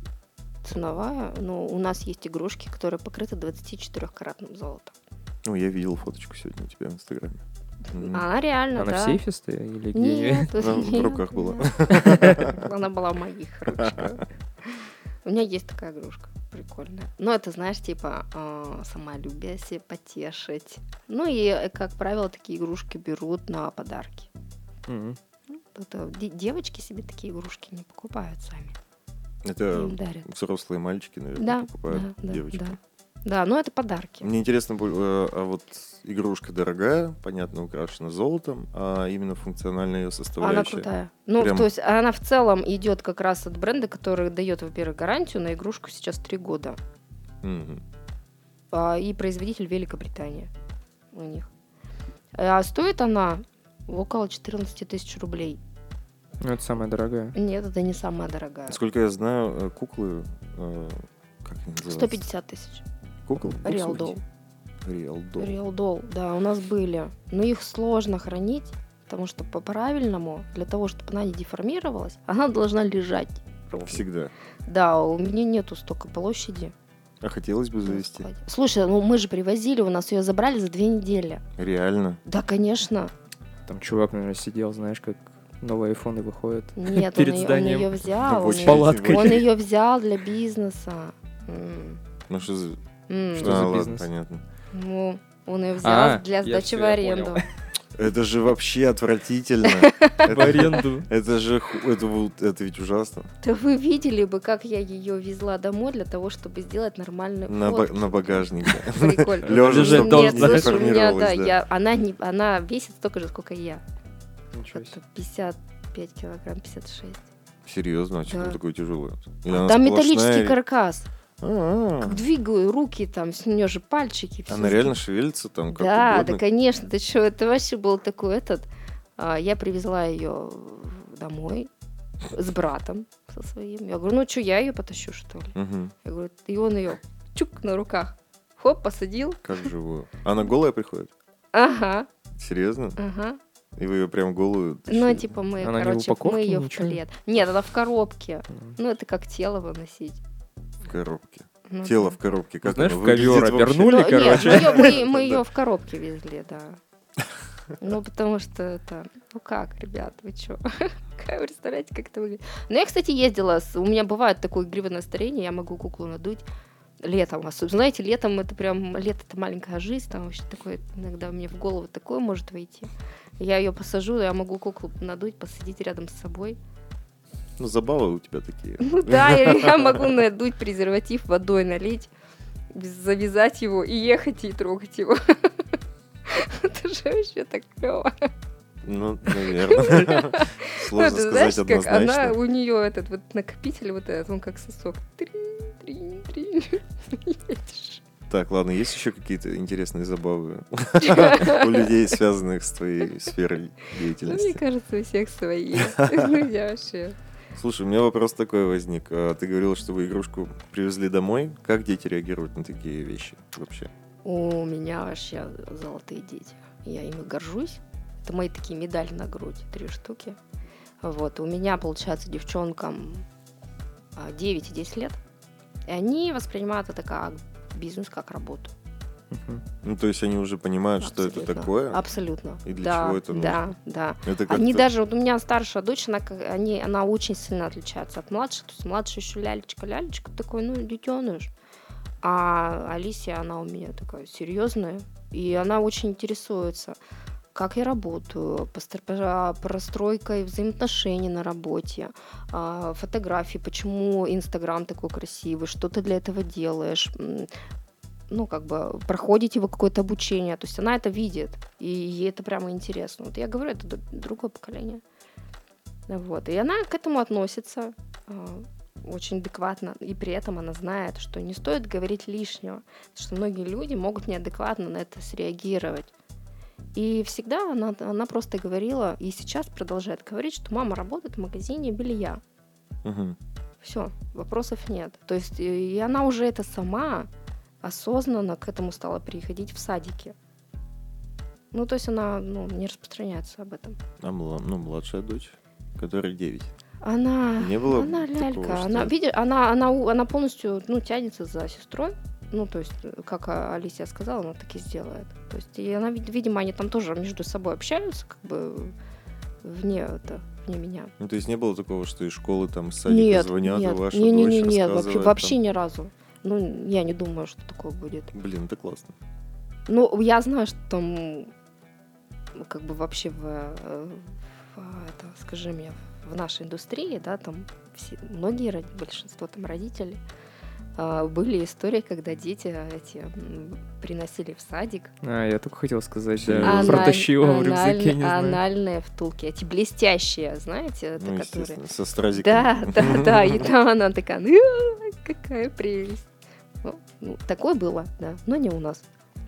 Speaker 2: ценовая? У нас есть игрушки, которые покрыты 24-каратным золотом.
Speaker 1: Я видел фоточку сегодня у тебя в Инстаграме.
Speaker 2: Она реально,
Speaker 3: Она
Speaker 2: да.
Speaker 3: в сейфе стоит или где?
Speaker 2: Нет,
Speaker 1: Она в
Speaker 2: нет,
Speaker 1: руках была.
Speaker 2: нет. Она была в моих ручках. У меня есть такая игрушка, прикольная. Это, знаешь, типа самолюбие себе потешить. И, как правило, такие игрушки берут на подарки.
Speaker 3: Мгм.
Speaker 2: Девочки себе такие игрушки не покупают сами.
Speaker 1: Это
Speaker 2: Им дарят.
Speaker 1: взрослые мальчики, наверное,
Speaker 2: Да,
Speaker 1: покупают
Speaker 2: да,
Speaker 1: девочкам.
Speaker 2: да. Это подарки.
Speaker 1: Мне интересно, а вот игрушка дорогая, понятно, украшена золотом, а именно функциональная ее
Speaker 2: Она
Speaker 1: составляющая.
Speaker 2: крутая.
Speaker 1: Прям-
Speaker 2: То есть она в целом идет как раз от бренда, который дает, во-первых, гарантию на игрушку сейчас 3 года.
Speaker 1: Мгм.
Speaker 2: И производитель Великобритания у них. А стоит она около 14 тысяч рублей.
Speaker 3: Это самая дорогая.
Speaker 2: Нет, это не самая дорогая.
Speaker 1: Насколько я знаю, куклы, как они называются?
Speaker 2: 150 тысяч.
Speaker 1: Кукол?
Speaker 2: Real Doll.
Speaker 1: Real Doll.
Speaker 2: Real Doll, да, у нас были. Но их сложно хранить, потому что по-правильному, для того, чтобы она не деформировалась, она должна лежать ровно.
Speaker 1: Всегда.
Speaker 2: Да, у меня нету столько площади.
Speaker 1: А хотелось бы
Speaker 2: на
Speaker 1: завести?
Speaker 2: складе. Слушай, мы же привозили, у нас ее забрали за 2 недели.
Speaker 1: Реально?
Speaker 2: Да, конечно.
Speaker 3: Там чувак, наверное, сидел, знаешь, как новые айфоны выходят.
Speaker 2: Нет,
Speaker 3: Перед
Speaker 2: он
Speaker 3: зданием.
Speaker 2: ее взял.
Speaker 1: В
Speaker 2: Он
Speaker 1: очереди
Speaker 2: её-
Speaker 3: палаткой.
Speaker 2: Он ее взял для бизнеса.
Speaker 1: Ну что за...
Speaker 2: М.
Speaker 3: Что за
Speaker 1: ладно,
Speaker 3: бизнес?
Speaker 1: понятно.
Speaker 2: Он ее взял для
Speaker 3: я
Speaker 2: сдачи
Speaker 3: всё,
Speaker 2: в
Speaker 3: я
Speaker 2: аренду.
Speaker 3: понял.
Speaker 1: Это же вообще отвратительно.
Speaker 3: В аренду.
Speaker 1: Это же... Это ведь ужасно.
Speaker 2: Да вы видели бы, как я ее везла домой для того, чтобы сделать нормальную фотки.
Speaker 1: На багажнике.
Speaker 2: Прикольно.
Speaker 1: Лежа,
Speaker 3: Лежать
Speaker 1: чтобы
Speaker 3: должна.
Speaker 2: Нет,
Speaker 1: не
Speaker 2: слушай, у меня,
Speaker 1: деформировалось, да.
Speaker 2: она весит столько же, сколько я.
Speaker 3: Ничего себе.
Speaker 2: Это 55 килограмм, 56.
Speaker 1: Серьезно? А что
Speaker 2: Да.
Speaker 1: она такое тяжелое? Или она
Speaker 2: Там
Speaker 1: сплошная?
Speaker 2: металлический каркас.
Speaker 1: А-а.
Speaker 2: Как двигаю руки, там, с нее же пальчики. всё
Speaker 1: Она реально шевелится там как
Speaker 2: Да,
Speaker 1: угодно?
Speaker 2: да, конечно. Ты что, это вообще был такой Я привезла ее домой с братом со своим. Я говорю, я ее потащу, что ли?
Speaker 1: Мгм.
Speaker 2: Я говорю, и он ее чук на руках. Хоп, посадил.
Speaker 1: Как живую. Она голая приходит?
Speaker 2: Ага,
Speaker 1: Серьезно?
Speaker 2: ага.
Speaker 1: И вы ее прям голую тащили?
Speaker 2: Мы,
Speaker 3: Она не в
Speaker 2: короче,
Speaker 3: упаковке,
Speaker 2: мы ее в
Speaker 3: ничего?
Speaker 2: плед. Нет, она в коробке.
Speaker 3: Мгм.
Speaker 2: Это как тело выносить.
Speaker 1: В коробке.
Speaker 2: Ну,
Speaker 1: Тело
Speaker 2: да.
Speaker 1: в коробке. Как
Speaker 3: Знаешь,
Speaker 1: оно
Speaker 3: в ковер
Speaker 1: выглядит вообще?
Speaker 3: обернули, короче.
Speaker 2: Нет, мы
Speaker 1: Да.
Speaker 2: ее в коробке везли, да. Потому что это... как, ребят, вы что? Вы представляете, как это выглядит? Я, кстати, ездила, у меня бывает такое игривое настроение, я могу куклу надуть летом. Особенно, знаете, летом это прям... Лето — это маленькая жизнь, там вообще такое... Иногда мне в голову такое может войти. Я ее посажу, я могу куклу надуть, посадить рядом с собой.
Speaker 1: Ну, забавы у тебя такие.
Speaker 2: Да, или я могу надуть презерватив, водой налить, завязать его и ехать и трогать его. Это же вообще так клево.
Speaker 1: Ну, наверное. Сложно
Speaker 2: Ты
Speaker 1: сказать
Speaker 2: знаешь, как она,
Speaker 1: однозначно.
Speaker 2: у нее этот вот накопитель вот этот, он как сосок. Тринь, тринь, тринь. Едешь.
Speaker 1: Так, ладно, есть еще какие-то интересные забавы у людей, связанных с твоей сферой
Speaker 2: Мне
Speaker 1: деятельности?
Speaker 2: кажется, у всех свои. Я вообще...
Speaker 1: Слушай, у меня вопрос такой возник. Ты говорила, что вы игрушку привезли домой. Как дети реагируют на такие вещи вообще?
Speaker 2: У меня вообще золотые дети. Я ими горжусь. Это мои такие медали на грудь, 3 штуки. Вот. У меня, получается, девчонкам 9 и 10 лет. И они воспринимают это как бизнес, как работу.
Speaker 3: Мгм.
Speaker 1: Ну, то есть они уже понимают, что это
Speaker 2: Абсолютно.
Speaker 1: такое?
Speaker 2: Абсолютно.
Speaker 1: И для
Speaker 2: Да,
Speaker 1: чего это
Speaker 2: да, да.
Speaker 1: Это
Speaker 2: Они
Speaker 1: как-то...
Speaker 2: даже, вот у меня старшая дочь, она очень сильно отличается от младшей. То есть младшая еще лялечка, такой, детеныш. А Алисия, она у меня такая серьезная, и она очень интересуется. как я работаю, простройкой взаимоотношений на работе, фотографии, почему Инстаграм такой красивый, что ты для этого делаешь, ну, как бы, проходите вы какое-то обучение, то есть она это видит, и ей это прямо интересно. Вот я говорю, это другое поколение. Вот, и она к этому относится очень адекватно, и при этом она знает, что не стоит говорить лишнего, потому что многие люди могут неадекватно на это среагировать. И всегда она просто говорила, и сейчас продолжает говорить, что мама работает в магазине белья.
Speaker 1: Угу.
Speaker 2: Все, вопросов нет. То есть и она уже это сама осознанно к этому стала переходить в садике. Ну, то есть она не распространяется об этом.
Speaker 1: А младшая дочь, которой 9.
Speaker 2: Она
Speaker 1: Не было
Speaker 2: она
Speaker 1: такого,
Speaker 2: лялька.
Speaker 1: что-
Speaker 2: Она, видишь, она полностью тянется за сестрой. Ну, то есть, как Алисия сказала, она так и сделает. То есть, и она, видимо, они там тоже между собой общаются, как бы вне меня.
Speaker 1: Ну, то есть не было такого, что из школы там с садика
Speaker 2: Нет,
Speaker 1: звонят,
Speaker 2: нет,
Speaker 1: и ваша
Speaker 2: нет,
Speaker 1: дочь рассказывает
Speaker 2: вообще
Speaker 1: там.
Speaker 2: ни разу. Ну, я не думаю, что такое будет.
Speaker 1: Блин, это классно.
Speaker 2: Ну, я знаю, что там, как бы вообще скажи мне, в нашей индустрии, да, там многие, большинство там родителей, были истории, когда дети приносили в садик
Speaker 3: Я только хотел сказать,
Speaker 1: Серьёзно?
Speaker 3: протащила в рюкзаке, не знаю.
Speaker 2: анальные втулки, эти блестящие, знаете, это
Speaker 1: Ну,
Speaker 2: которые...
Speaker 1: естественно, со стразиком.
Speaker 2: Да, и там она такая, какая прелесть. Ну, такое было, да, но не у нас.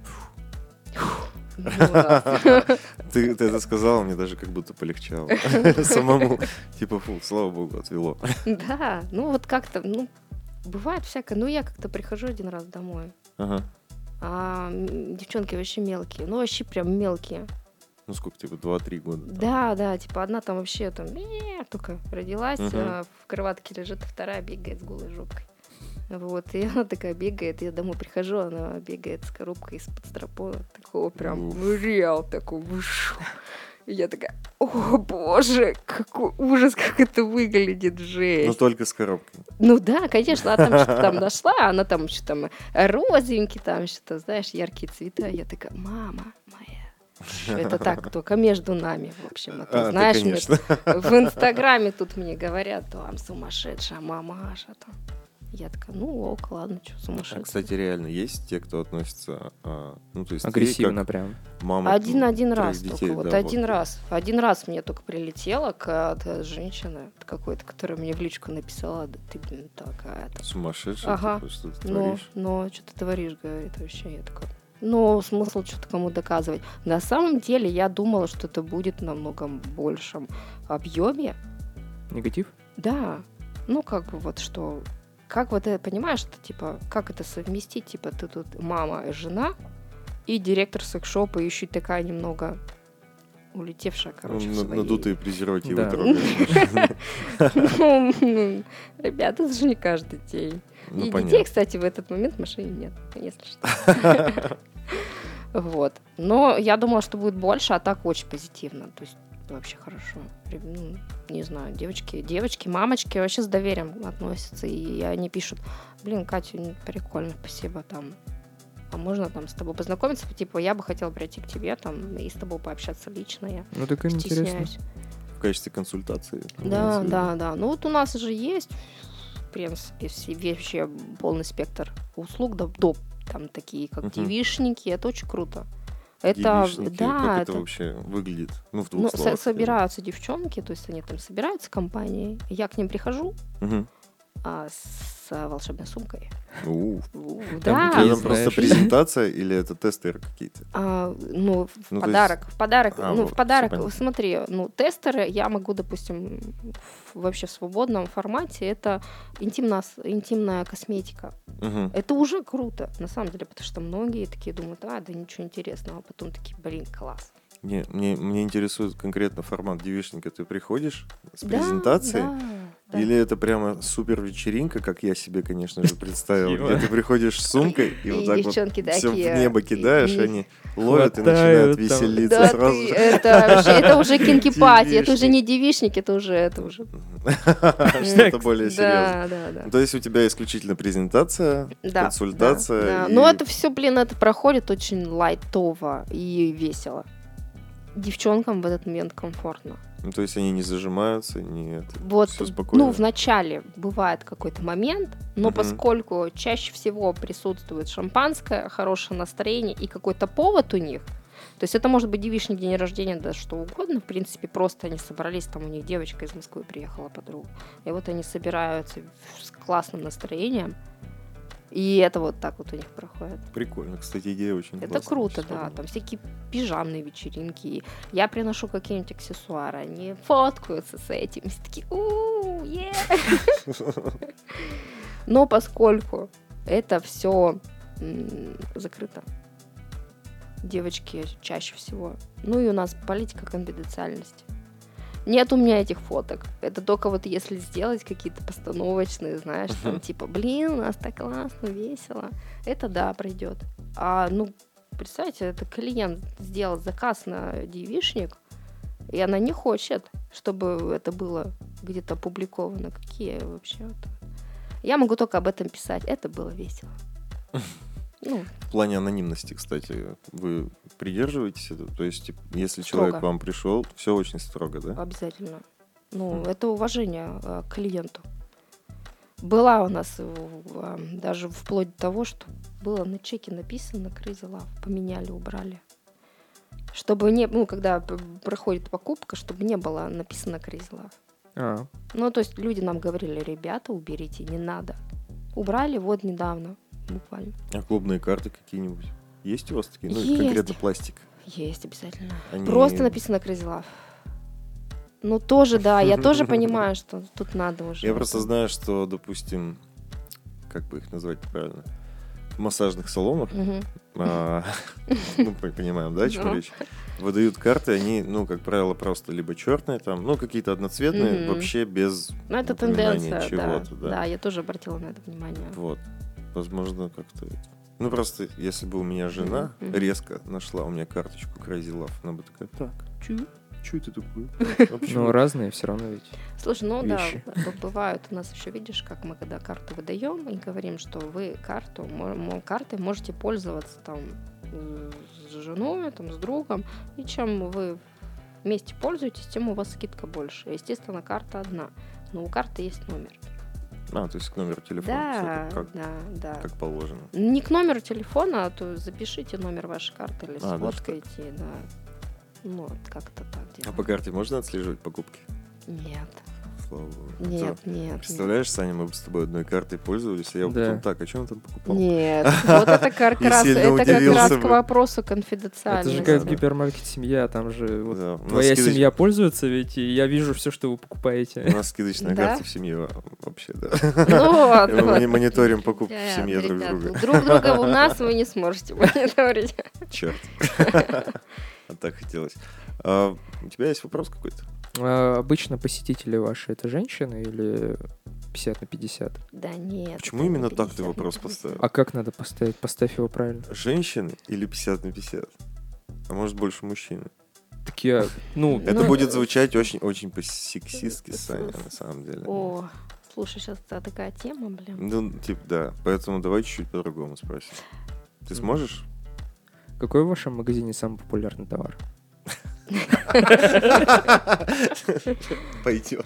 Speaker 2: Не у нас.
Speaker 1: Ты это сказала, мне даже как будто полегчало. Самому. Типа, слава богу, отвело.
Speaker 2: Да, ну вот как-то, бывает всякое. Ну, я как-то прихожу один раз домой,
Speaker 1: Ага.
Speaker 2: а девчонки вообще мелкие, ну, вообще прям мелкие.
Speaker 1: Ну, сколько, типа, 2-3 года? там?
Speaker 2: Да, типа одна там вообще там только родилась,
Speaker 1: Мгм.
Speaker 2: в кроватке лежит, а вторая бегает с голой жопкой. Вот, и она такая бегает, я домой прихожу, она бегает с коробкой из-под стропона, такого прям
Speaker 1: Уф.
Speaker 2: реал такой, вышу. И я такая, о боже, какой ужас, как это выглядит,
Speaker 1: Ну,
Speaker 2: жесть.
Speaker 1: только с коробкой.
Speaker 2: Ну да, конечно, а там что-то там нашла, она там еще там розовенький, там что-то, знаешь, яркие цвета. Я такая, мама моя, это так, только между нами, в общем. А ты
Speaker 1: Да,
Speaker 2: знаешь, мне
Speaker 1: конечно.
Speaker 2: в Инстаграме тут мне говорят, там сумасшедшая мамаша там. Я такая, ок, ладно, что
Speaker 1: А,
Speaker 2: сумасшедшая.
Speaker 1: кстати, реально есть те, кто относится, ну, то есть ты
Speaker 3: Агрессивно
Speaker 1: как
Speaker 3: прям.
Speaker 1: мама
Speaker 2: Один
Speaker 1: троих
Speaker 2: раз
Speaker 1: детей,
Speaker 2: только, вот
Speaker 1: да,
Speaker 2: один раз. Один раз мне только прилетело от женщины от какой-то, которая мне в личку написала, да ты, блин, такая-то.
Speaker 1: Сумасшедшая,
Speaker 2: Ага.
Speaker 1: типа, что ты
Speaker 2: Но
Speaker 1: творишь.
Speaker 2: что ты творишь, говорит, вообще. Я такая, смысл что-то кому доказывать. На самом деле я думала, что это будет намного большем объеме.
Speaker 3: Негатив?
Speaker 2: Да, как бы вот что... Как вот это, понимаешь, что, типа, как это совместить? Типа, ты тут мама и жена, и директор секс-шопа, еще и такая немного улетевшая, короче, в своей...
Speaker 1: Надутые презервативы
Speaker 3: Да.
Speaker 1: трогаешь.
Speaker 2: Ребята, это же не каждый день.
Speaker 1: Ну,
Speaker 2: И
Speaker 1: понятно.
Speaker 2: детей, кстати, в этот момент в машине нет, если что. Вот. Но я думала, что будет больше, а так очень позитивно. То есть вообще хорошо. Не знаю, девочки, мамочки вообще с доверием относятся. И они пишут, блин, Катя, прикольно, спасибо, там. А можно там с тобой познакомиться? Типа, я бы хотела прийти к тебе там и с тобой пообщаться лично. Я
Speaker 3: Ну, так интересно.
Speaker 2: стесняюсь.
Speaker 1: В качестве консультации.
Speaker 2: Да,
Speaker 1: имеется в виду.
Speaker 2: да. Ну вот у нас же есть, в принципе, вообще полный спектр услуг, до там такие, как
Speaker 1: Мгм.
Speaker 2: девичники, это очень круто. Это,
Speaker 1: Девичники,
Speaker 2: да,
Speaker 1: как это
Speaker 2: это,
Speaker 1: вообще выглядит? Ну, в двух словах. скажи.
Speaker 2: собираются девчонки, то есть они там собираются компанией, я к ним прихожу
Speaker 1: Мгм.
Speaker 2: с волшебной сумкой.
Speaker 1: У,
Speaker 2: Да,
Speaker 1: у тебя там
Speaker 3: знаешь.
Speaker 1: просто презентация или это тестеры какие-то?
Speaker 2: в
Speaker 1: Ну, то есть-
Speaker 2: подарок,
Speaker 1: А,
Speaker 2: в
Speaker 1: вот,
Speaker 2: подарок,
Speaker 1: всё понятно.
Speaker 2: смотри, тестеры я могу, допустим, вообще в свободном формате, это интимная косметика.
Speaker 1: Мгм.
Speaker 2: Это уже круто, на самом деле, потому что многие такие думают, да ничего интересного, а потом такие, блин, класс.
Speaker 1: Мне интересует конкретно формат девичника. Ты приходишь с
Speaker 2: Да,
Speaker 1: презентацией?
Speaker 2: да.
Speaker 1: Или это прямо супер вечеринка, как я себе, конечно же, представил,
Speaker 3: Ё.
Speaker 1: где ты приходишь с сумкой и вот так вот
Speaker 2: девчонки
Speaker 1: все в
Speaker 2: такие,
Speaker 1: небо кидаешь,
Speaker 2: и-
Speaker 1: они ловят и
Speaker 3: Хватают
Speaker 1: начинают
Speaker 3: там.
Speaker 1: веселиться
Speaker 2: Да,
Speaker 1: сразу же.
Speaker 2: это вообще, это уже кинки-пати, это уже
Speaker 1: Девичник.
Speaker 2: не девичник, это уже.
Speaker 1: Что-то более серьезное.
Speaker 2: Да.
Speaker 1: Ну, то есть у тебя исключительно презентация,
Speaker 2: Да,
Speaker 1: консультация.
Speaker 2: да.
Speaker 1: и-
Speaker 2: Но это все, это проходит очень лайтово и весело. девчонкам в этот момент комфортно.
Speaker 1: Ну, то есть они не зажимаются,
Speaker 2: Вот,
Speaker 1: все спокойно.
Speaker 2: ну, вначале бывает какой-то момент, но
Speaker 1: Мгм.
Speaker 2: поскольку чаще всего присутствует шампанское, хорошее настроение и какой-то повод у них, то есть это может быть девичник, день рождения, да что угодно, в принципе, просто они собрались, там у них девочка из Москвы приехала, подруга, и вот они собираются с классным настроением, и это вот так вот у них проходит.
Speaker 1: Прикольно, кстати, идея очень
Speaker 2: Это
Speaker 1: классная.
Speaker 2: круто,
Speaker 1: Сейчас
Speaker 2: да,
Speaker 1: подумал.
Speaker 2: там всякие пижамные вечеринки, я приношу какие-нибудь аксессуары, они фоткаются с этим, все такие, у Но поскольку это все закрыто, девочки чаще всего, ну и у нас политика конфиденциальности. Нет у меня этих фоток. Это только вот если сделать какие-то постановочные, знаешь, там типа, блин, у нас так классно, весело. Это да, пройдет. А, ну, представьте, это клиент сделал заказ на девичник, и она не хочет, чтобы это было где-то опубликовано. Какие вообще? Я могу только об этом писать. Это было весело. Ну,
Speaker 1: В плане анонимности, кстати, вы придерживаетесь этого? То есть, типа, если
Speaker 2: Строго.
Speaker 1: человек к вам пришел, все очень строго, да?
Speaker 2: обязательно. Ну, это уважение к клиенту. Была у нас даже вплоть до того, что было на чеке написано Crazy Love. Поменяли, убрали. Чтобы не... Ну, когда проходит покупка, чтобы не было написано Crazy Love.
Speaker 3: А,
Speaker 2: Ну, то есть люди нам говорили, ребята, уберите, не надо. Убрали вот недавно, буквально.
Speaker 1: А клубные карты какие-нибудь? Есть у вас такие? Ну,
Speaker 2: Есть.
Speaker 1: конкретно пластик.
Speaker 2: Есть обязательно.
Speaker 1: Они-
Speaker 2: Просто написано Crazy Love. Ну, тоже, да, я тоже понимаю, что тут надо уже.
Speaker 1: Я просто знаю, что, допустим, как бы их назвать правильно, в массажных салонах,
Speaker 2: Мгм.
Speaker 1: ну, понимаем, да, о чем
Speaker 2: Ну.
Speaker 1: речь, выдают карты, они, ну, как правило, просто либо черные там, ну, какие-то одноцветные,
Speaker 2: Мгм.
Speaker 1: вообще без
Speaker 2: Ну, это
Speaker 1: упоминания
Speaker 2: тенденция, да.
Speaker 1: чего-то,
Speaker 2: Да, я тоже обратила на это внимание.
Speaker 1: Вот. Возможно, как-то... Ну, просто, если бы у меня жена
Speaker 2: Мгм.
Speaker 1: резко нашла у меня карточку Crazy Love, она бы такая, так, чё это такое? А почему?»
Speaker 3: ну, разные все равно ведь.
Speaker 2: Слушай, ну
Speaker 3: Вещи.
Speaker 2: да, бывают у нас еще, видишь, как мы когда карту выдаем и говорим, что вы карту, картой можете пользоваться там с женой, там, с другом, и чем вы вместе пользуетесь, тем у вас скидка больше. Естественно, карта одна, но у карты есть номер.
Speaker 1: А, то есть к номеру телефона.
Speaker 2: Да,
Speaker 1: всё
Speaker 2: да, да.
Speaker 1: как положено.
Speaker 2: Не к номеру телефона, а то запишите номер вашей карты или
Speaker 1: А, даже
Speaker 2: сфоткайте, да. Ну, вот как-то так
Speaker 1: А
Speaker 2: делаем.
Speaker 1: по карте можно отслеживать покупки?
Speaker 2: Нет,
Speaker 1: Слава богу.
Speaker 2: нет,
Speaker 1: А то,
Speaker 2: нет.
Speaker 1: Представляешь, Саня, мы бы с тобой одной картой пользовались, а я бы
Speaker 3: Да.
Speaker 1: потом так, а что он там покупал?
Speaker 2: Нет, вот это как
Speaker 1: Я
Speaker 2: раз,
Speaker 1: сильно
Speaker 2: это как
Speaker 1: удивился
Speaker 2: раз
Speaker 1: бы.
Speaker 2: к вопросу
Speaker 3: Это
Speaker 2: конфиденциальности.
Speaker 3: же как
Speaker 1: да.
Speaker 3: гипермаркет семья, там же вот
Speaker 1: Да, у нас
Speaker 3: твоя
Speaker 1: скидоч-
Speaker 3: семья пользуется ведь, и я вижу все, что вы
Speaker 1: У
Speaker 3: покупаете.
Speaker 1: нас скидочная
Speaker 2: Да?
Speaker 1: карта в семье вообще, да.
Speaker 2: Ну вот,
Speaker 1: Мы
Speaker 2: вот.
Speaker 1: мониторим покупки в
Speaker 2: Ребят,
Speaker 1: семье друг
Speaker 2: ребят,
Speaker 1: друга.
Speaker 2: друг друга у нас вы не сможете мониторить.
Speaker 1: Черт. А так хотелось. А у тебя есть вопрос какой-то?
Speaker 3: А обычно посетители ваши это женщины или 50 на 50?
Speaker 2: Да нет.
Speaker 1: Почему
Speaker 2: это не
Speaker 1: именно так ты
Speaker 2: 50 на
Speaker 1: вопрос
Speaker 2: 50.
Speaker 1: поставил?
Speaker 3: А как надо поставить? Поставь его правильно.
Speaker 1: Женщины или 50 на 50? А может больше мужчины?
Speaker 3: Так я, ну,
Speaker 1: Это
Speaker 2: Ну,
Speaker 1: будет звучать очень по-сексистски, Саня, на самом деле.
Speaker 2: О, слушай, сейчас такая тема, блин.
Speaker 1: Ну, типа, да. Поэтому давай чуть-чуть по-другому спросим. Ты сможешь?
Speaker 3: какой в вашем магазине самый популярный товар?
Speaker 1: Пойдет.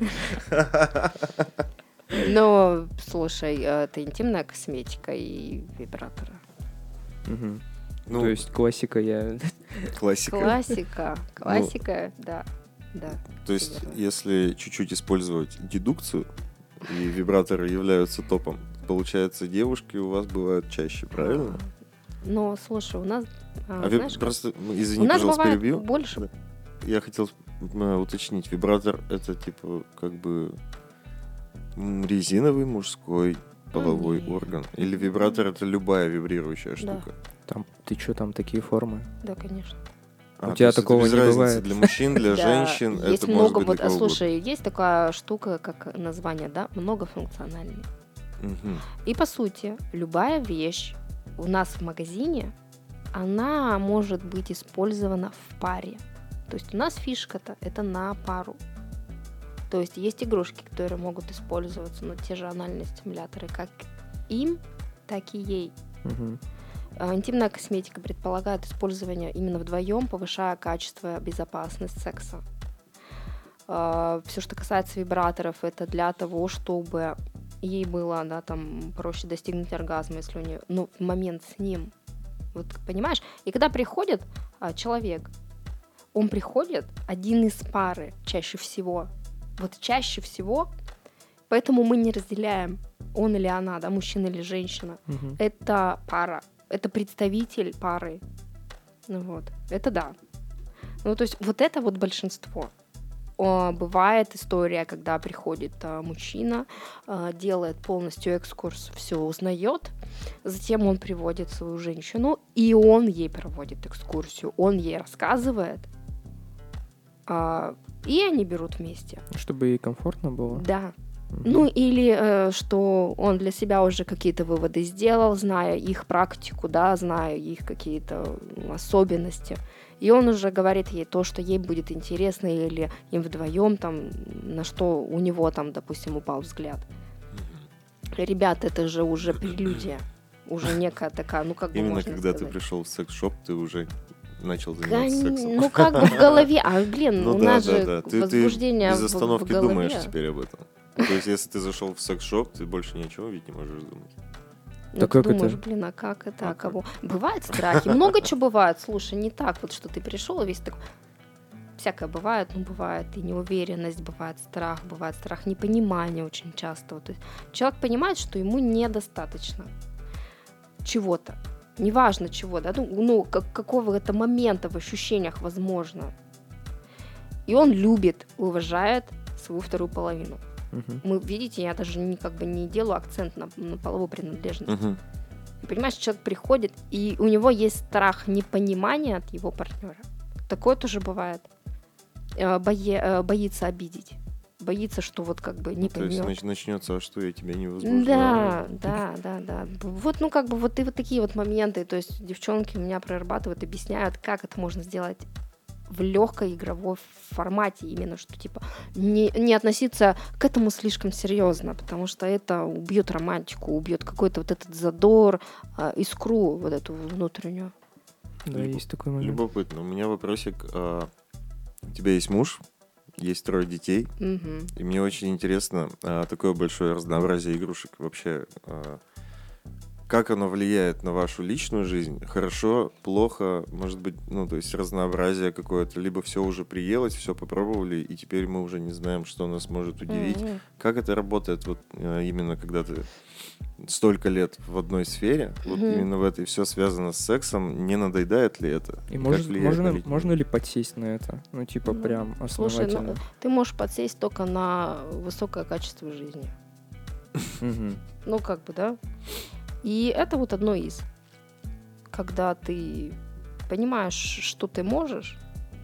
Speaker 2: Ну, слушай, это интимная косметика и вибраторы.
Speaker 3: Мгм.
Speaker 1: Ну,
Speaker 3: То есть классика я...
Speaker 1: классика.
Speaker 2: Классика, да, да.
Speaker 1: То есть,
Speaker 2: верно.
Speaker 1: если чуть-чуть использовать дедукцию, и вибраторы являются топом, получается, девушки у вас бывают чаще, правильно?
Speaker 2: Ну, слушай, у нас, знаешь,
Speaker 1: Просто, ну,
Speaker 2: у
Speaker 1: извини,
Speaker 2: нас
Speaker 1: пожалуйста,
Speaker 2: бывает
Speaker 1: перебью.
Speaker 2: больше.
Speaker 1: Да. Я хотел уточнить, вибратор это типа как бы резиновый мужской половой
Speaker 2: нет.
Speaker 1: орган? Или вибратор это любая вибрирующая
Speaker 2: Да.
Speaker 1: штука?
Speaker 3: Там, ты что, там такие формы?
Speaker 2: Да, конечно.
Speaker 3: У
Speaker 1: то
Speaker 3: тебя
Speaker 1: есть это
Speaker 3: такого
Speaker 1: без
Speaker 3: не
Speaker 1: разницы
Speaker 3: бывает.
Speaker 1: для мужчин, для
Speaker 2: Да,
Speaker 1: женщин,
Speaker 2: есть
Speaker 1: это
Speaker 2: много
Speaker 1: может быть
Speaker 2: вот,
Speaker 1: для кого
Speaker 2: слушай, есть такая штука, как название, да, многофункциональный.
Speaker 1: угодно. Мгм.
Speaker 2: И по сути, любая вещь у нас в магазине, она может быть использована в паре. То есть у нас фишка-то это на пару. То есть есть игрушки, которые могут использоваться, но те же анальные стимуляторы, как им, так и ей.
Speaker 3: Мгм.
Speaker 2: Интимная косметика предполагает использование именно вдвоем, повышая качество и безопасность секса. Все, что касается вибраторов, это для того, чтобы ей было, да, там, проще достигнуть оргазма, если у нее, ну, в момент с ним. Вот, понимаешь? И когда приходит человек, он приходит один из пары чаще всего. Вот чаще всего, поэтому мы не разделяем, он или она, да, мужчина или женщина.
Speaker 3: Мгм.
Speaker 2: Это пара, это представитель пары. Ну вот, это да. Ну, то есть вот это вот большинство. Бывает история, когда приходит мужчина, делает полностью экскурс, все узнает, затем он приводит свою женщину, и он ей проводит экскурсию, он ей рассказывает, и они берут вместе.
Speaker 3: Чтобы ей комфортно было.
Speaker 2: Да.
Speaker 3: Мгм.
Speaker 2: Ну или что он для себя уже какие-то выводы сделал, зная их практику, да, зная их какие-то особенности. И он уже говорит ей то, что ей будет интересно, или им вдвоем там, на что у него там, допустим, упал взгляд. Ребят, это же уже прелюдия. Уже некая такая, ну как бы
Speaker 1: Именно
Speaker 2: можно
Speaker 1: когда ты
Speaker 2: сказать.
Speaker 1: пришел в секс-шоп, ты уже начал заниматься сексом.
Speaker 2: Ну как бы в голове, блин,
Speaker 1: Ну
Speaker 2: у
Speaker 1: да,
Speaker 2: нас
Speaker 1: да,
Speaker 2: же
Speaker 1: да. Ты
Speaker 2: возбуждение
Speaker 1: без
Speaker 2: в
Speaker 1: остановки
Speaker 2: голове.
Speaker 1: думаешь теперь об этом. То есть, если ты зашел в секс-шоп, ты больше ничего ведь не можешь думать.
Speaker 2: Ну,
Speaker 3: Да
Speaker 2: ты
Speaker 3: как это?
Speaker 2: думаешь, блин, а как это,
Speaker 1: А
Speaker 2: а
Speaker 1: как?
Speaker 2: кого? Бывают страхи, много чего бывает. Слушай, не так вот, что ты пришел и весь такой... Всякое бывает, ну бывает и неуверенность, бывает страх непонимания очень часто. Вот, то есть человек понимает, что ему недостаточно чего-то, неважно чего, да, ну какого-то момента в ощущениях возможно. И он любит, уважает свою вторую половину.
Speaker 3: Мгм.
Speaker 2: Мы, видите, я даже как бы не делаю акцент на половую принадлежность.
Speaker 1: Мгм.
Speaker 2: И понимаешь, человек приходит, и у него есть страх непонимания от его партнера. Такое тоже бывает. Боится обидеть. Боится, что вот как бы не
Speaker 1: То есть
Speaker 2: поймет.
Speaker 1: начнется, а что я тебя не возбуждаю?
Speaker 2: Да. Вот, ну как бы вот и вот такие вот моменты. То есть девчонки у меня прорабатывают, объясняют, как это можно сделать в легкой игровой формате, именно что типа не относиться к этому слишком серьезно, потому что это убьет романтику, убьет какой-то вот этот задор, искру вот эту внутреннюю.
Speaker 3: Да,
Speaker 1: Любо-
Speaker 3: есть такой момент.
Speaker 1: Любопытно. У меня вопросик. У тебя есть муж, есть 3 детей,
Speaker 2: Мгм.
Speaker 1: и мне очень интересно такое большое разнообразие игрушек. Вообще, как оно влияет на вашу личную жизнь? Хорошо, плохо, может быть, ну, то есть разнообразие какое-то, либо все уже приелось, все попробовали, и теперь мы уже не знаем, что нас может удивить.
Speaker 2: Мгм.
Speaker 1: Как это работает вот именно когда ты столько лет в одной сфере, вот
Speaker 2: Мгм.
Speaker 1: именно в этой все связано с сексом, не надоедает ли это?
Speaker 3: И
Speaker 1: Как
Speaker 3: может,
Speaker 1: влияет на
Speaker 3: можно,
Speaker 1: личную
Speaker 3: можно ли подсесть на это? Ну, типа,
Speaker 2: Ну,
Speaker 3: прям
Speaker 2: Слушай,
Speaker 3: основательно.
Speaker 2: ты можешь подсесть только на высокое качество жизни.
Speaker 3: Мгм.
Speaker 2: Ну, как бы, да. И это вот одно из. Когда ты понимаешь, что ты можешь,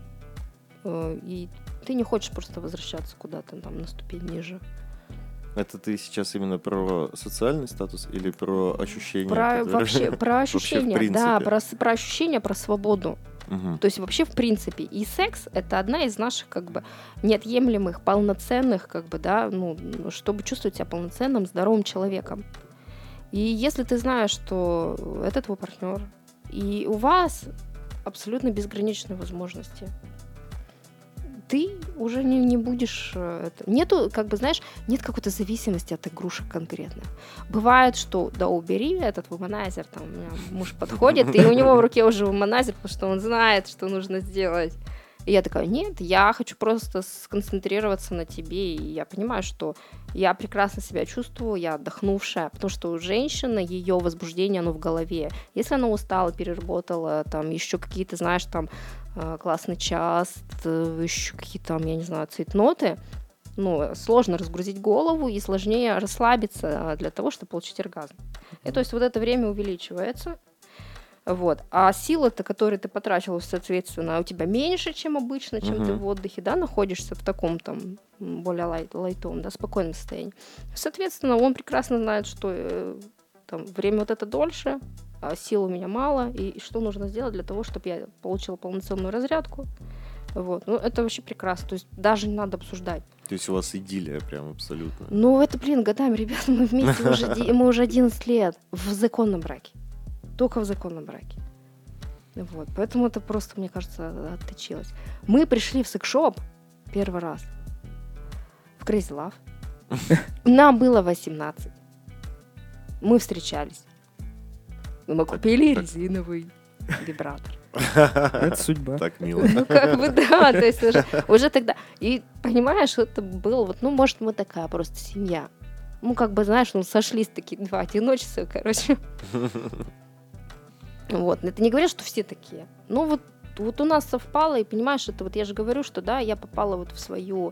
Speaker 2: и ты не хочешь просто возвращаться куда-то там на ступень ниже.
Speaker 1: Это ты сейчас именно про социальный статус или про ощущения?
Speaker 2: Про,
Speaker 1: которые-
Speaker 2: вообще, про ощущения,
Speaker 1: в
Speaker 2: да,
Speaker 1: принципе.
Speaker 2: про ощущения, про свободу.
Speaker 1: Мгм.
Speaker 2: То есть вообще в принципе. И секс — это одна из наших как бы неотъемлемых, полноценных, как бы, да, ну, чтобы чувствовать себя полноценным, здоровым человеком. И если ты знаешь, что это твой партнер, и у вас абсолютно безграничные возможности, ты уже не будешь... Нету, как бы, знаешь, нет какой-то зависимости от игрушек конкретно. Бывает, что, да, убери этот вуманайзер, там, у меня муж подходит, и у него в руке уже вуманайзер, потому что он знает, что нужно сделать. И я такая, нет, я хочу просто сконцентрироваться на тебе, и я понимаю, что я прекрасно себя чувствую, я отдохнувшая, потому что у женщины ее возбуждение, оно в голове. Если она устала, переработала, там, еще какие-то, знаешь, там, классный час, еще какие-то, там, я не знаю, цейтноты, ну, сложно разгрузить голову и сложнее расслабиться для того, чтобы получить оргазм. И то есть вот это время увеличивается. Вот. А силы-то, которые ты потратила, соответственно, у тебя меньше, чем обычно, чем ты в отдыхе, да, находишься в таком там более лайтовом, да, спокойном состоянии. Соответственно, он прекрасно знает, что там время вот это дольше, а сил у меня мало, и что нужно сделать для того, чтобы я получила полноценную разрядку. Вот. Ну, это вообще прекрасно. То есть даже не надо обсуждать.
Speaker 1: То есть у вас идиллия прям абсолютно.
Speaker 2: Ну, это, блин, годами, ребята, мы вместе мы уже 11 лет в законном браке. только в законном браке. Вот. Поэтому это просто, мне кажется, отточилось. Мы пришли в секс-шоп первый раз в Crazy Love. Нам было 18. Мы встречались. Мы купили резиновый вибратор.
Speaker 3: Это судьба.
Speaker 1: Так мило.
Speaker 2: Ну, как бы, да, то есть уже тогда... И понимаешь, это было вот, ну, может, мы такая просто семья. Ну, как бы, знаешь, ну, сошлись такие два одиночества, короче. Вот. Это не говорят, что все такие. Ну, вот у нас совпало, и понимаешь, это вот я же говорю, что, да, я попала вот в свою,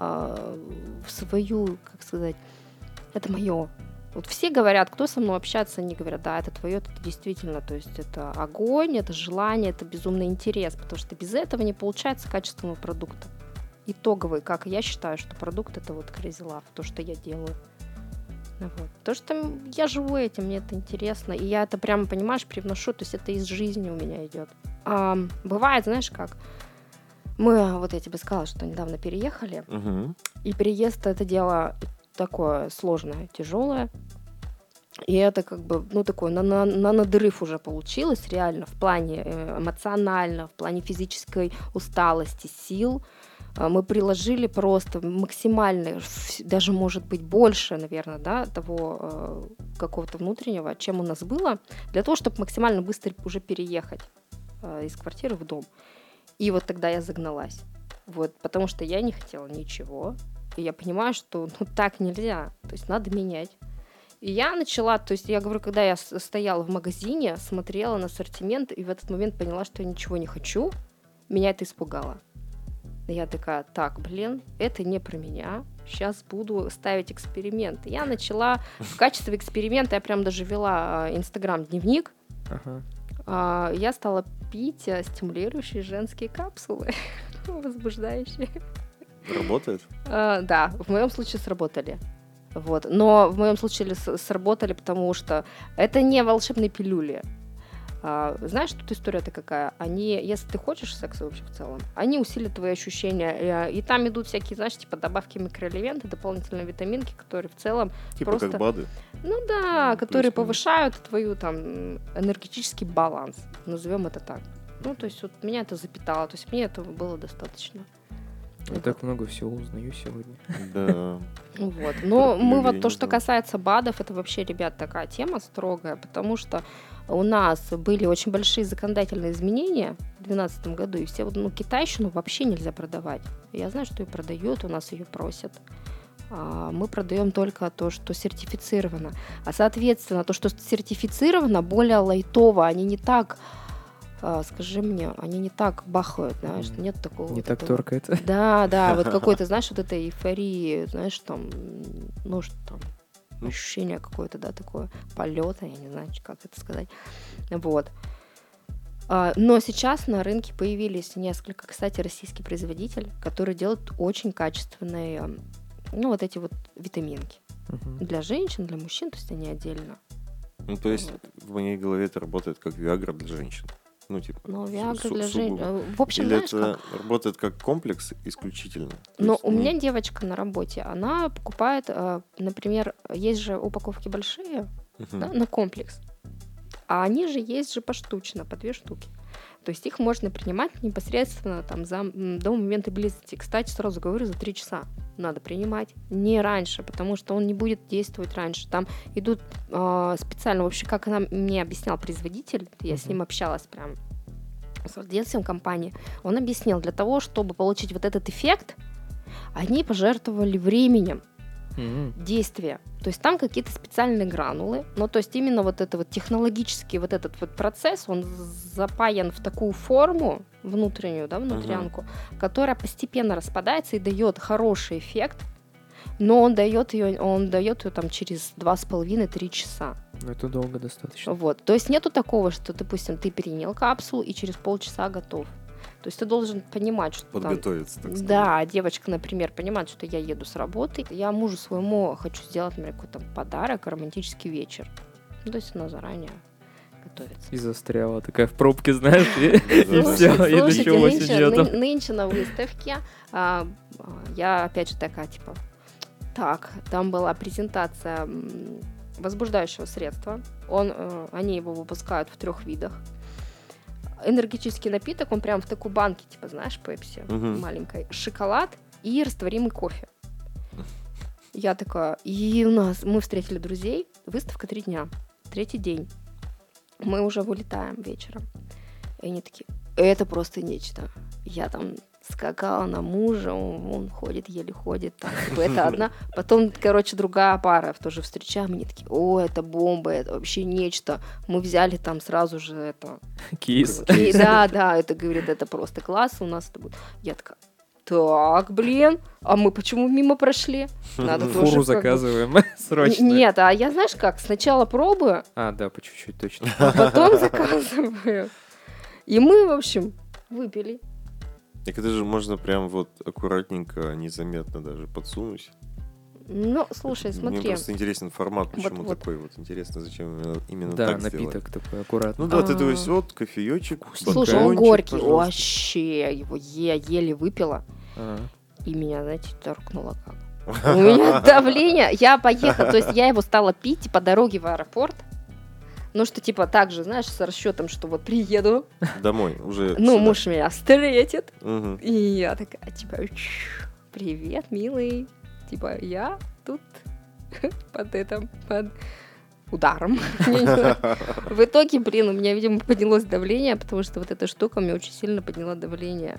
Speaker 2: как сказать, это мое. Вот все говорят, кто со мной общается, они говорят, да, это твое, это действительно, то есть это огонь, это желание, это безумный интерес, потому что без этого не получается качественного продукта. Итоговый, как я считаю, что продукт это вот Crazy Love, то, что я делаю. Вот. Потому что я живу этим, мне это интересно, и я это прямо, понимаешь, привношу, то есть это из жизни у меня идет. Бывает, знаешь как, мы, вот я тебе сказала, что недавно переехали, и переезд это дело такое сложное, тяжелое. И это как бы, ну, такое, на надрыв уже получилось, реально, в плане эмоционально, в плане физической усталости, сил. Мы приложили просто максимально, даже, может быть, больше, наверное, да, того какого-то внутреннего, чем у нас было, для того, чтобы максимально быстро уже переехать из квартиры в дом. И вот тогда я загналась. Вот, потому что я не хотела ничего. И я понимаю, что ну, так нельзя. То есть надо менять. И я начала, то есть я говорю, когда я стояла в магазине, смотрела на ассортимент, и в этот момент поняла, что я ничего не хочу, меня это испугало. И я такая, так, блин, это не про меня. Сейчас буду ставить эксперимент. И я начала в качестве эксперимента, я прям даже вела Инстаграм-дневник. Я стала пить стимулирующие женские капсулы, возбуждающие.
Speaker 1: Работает?
Speaker 2: Да, в моем случае сработали. Вот. Но в моем случае сработали, потому что это не волшебные пилюли. Знаешь, тут история-то какая? Они, если ты хочешь секса вообще в целом, они усилят твои ощущения. И там идут всякие, знаешь, типа добавки микроэлементы, дополнительные витаминки, которые в целом
Speaker 1: типа
Speaker 2: просто...
Speaker 1: как БАДы?
Speaker 2: Ну да, которые
Speaker 1: плюс-минус.
Speaker 2: повышают твою там энергетический баланс, назовем это так. Ну, то есть вот меня это запитало, то есть мне этого было достаточно.
Speaker 3: Я так много всего узнаю сегодня.
Speaker 1: Да.
Speaker 2: Вот. Но мы
Speaker 1: Я
Speaker 2: вот
Speaker 1: не
Speaker 2: то, что
Speaker 1: знал.
Speaker 2: касается БАДов, это вообще, ребят, такая тема строгая, потому что у нас были очень большие законодательные изменения в 2012 году, и все вот, ну, китайщину вообще нельзя продавать. Я знаю, что ее продают, у нас ее просят. Мы продаем только то, что сертифицировано. А, соответственно, то, что сертифицировано, более лайтово, они не так... Скажи мне, они не так бахают, знаешь, нет такого...
Speaker 3: Не
Speaker 2: вот
Speaker 3: так
Speaker 2: этого.
Speaker 3: торкает.
Speaker 2: Да, вот какой-то, знаешь, вот этой эйфории, знаешь, там, ну, что там, ощущение какое-то, да, такое полета, я не знаю, как это сказать. Вот. Но сейчас на рынке появились несколько, кстати, российских производителей, которые делают очень качественные, ну, вот эти вот витаминки. Для женщин, для мужчин, то есть они отдельно.
Speaker 1: Ну, то есть
Speaker 2: Вот.
Speaker 1: в моей голове это работает как Виагра для женщин. Ну, типа...
Speaker 2: Но Виагра для
Speaker 1: сугубо.
Speaker 2: женщин... В общем,
Speaker 1: Или
Speaker 2: знаешь,
Speaker 1: это
Speaker 2: как?
Speaker 1: работает как комплекс исключительно? То
Speaker 2: Но
Speaker 1: есть
Speaker 2: у
Speaker 1: не-
Speaker 2: меня девочка на работе, она покупает, например, есть же упаковки большие,
Speaker 1: Мгм.
Speaker 2: да, на комплекс, а они же есть же поштучно, по 2 штуки. То есть их можно принимать непосредственно там, до момента близости. Кстати, сразу говорю, за 3 часа надо принимать, не раньше, потому что он не будет действовать раньше. Там идут специально, вообще, как мне объяснял производитель, я с ним общалась прям, с владельцем компании, он объяснил, для того, чтобы получить вот этот эффект, они пожертвовали временем действия. То есть там какие-то специальные гранулы, ну, то есть именно вот это вот технологический вот этот вот процесс, он запаян в такую форму внутреннюю, да, внутрянку, которая постепенно распадается и дает хороший эффект, но он дает ее там через 2,5-3 часа.
Speaker 3: Ну, это долго достаточно.
Speaker 2: Вот. То есть нету такого, что, допустим, ты принял капсулу и через полчаса готов. То есть ты должен понимать, что там...
Speaker 1: Подготовиться, так сказать.
Speaker 2: Да, девочка, например, понимает, что я еду с работы, я мужу своему хочу сделать, например, какой-то подарок, романтический вечер. Ну, то есть она заранее готовится.
Speaker 3: И застряла такая в пробке, знаешь, и
Speaker 1: Да-да-да.
Speaker 3: все, и
Speaker 2: Слушайте,
Speaker 3: началось у нее там.
Speaker 2: нынче на выставке я, опять же, такая, типа, так, там была презентация возбуждающего средства. Они его выпускают в 3 видах. Энергетический напиток, он прям в такой банке, типа, знаешь, пепси маленькой. Шоколад и растворимый кофе. Я такая, и мы встретили друзей, выставка 3 дня, 3-й день. Мы уже вылетаем вечером. И они такие, это просто нечто. Я там скакала на мужа, он ходит, еле ходит. Там, типа, это одна. Потом, короче, другая пара тоже встречаем. Они такие, это бомба, это вообще нечто. Мы взяли там сразу же это...
Speaker 3: Кейс.
Speaker 2: Да, это, говорит, это просто класс у нас это будет. Я такая, так, блин, а мы почему мимо прошли? Надо тоже
Speaker 3: Фуру заказываем срочно.
Speaker 2: Нет, а я, знаешь как, сначала пробую,
Speaker 3: Да, по чуть-чуть точно.
Speaker 2: а потом заказываю. И мы, в общем, выпили.
Speaker 1: Так это же можно прям вот аккуратненько, незаметно даже подсунуть.
Speaker 2: Ну, слушай,
Speaker 1: Мне
Speaker 2: смотри.
Speaker 1: просто интересен формат, почему
Speaker 2: Вот.
Speaker 1: такой вот. Интересно, зачем именно
Speaker 3: Да,
Speaker 1: так сделать.
Speaker 3: напиток такой аккуратный.
Speaker 1: Ну да, ты то есть вот кофеечек,
Speaker 2: Слушай, он
Speaker 1: батончик,
Speaker 2: горький.
Speaker 1: пожалуйста.
Speaker 2: Вообще, его я еле выпила.
Speaker 3: Ага.
Speaker 2: И меня, знаете, торкнуло как. У меня давление. Я поехала, то есть я его стала пить по дороге в аэропорт. Ну, что типа так же, знаешь, с расчетом, что вот приеду,
Speaker 1: Домой уже.
Speaker 2: ну,
Speaker 1: сюда.
Speaker 2: муж меня встретит.
Speaker 1: Мгм.
Speaker 2: И я такая, типа, привет, милый. Типа, я тут под ударом. Я не знаю. В итоге, блин, у меня, видимо, поднялось давление, потому что вот эта штука мне очень сильно подняла давление.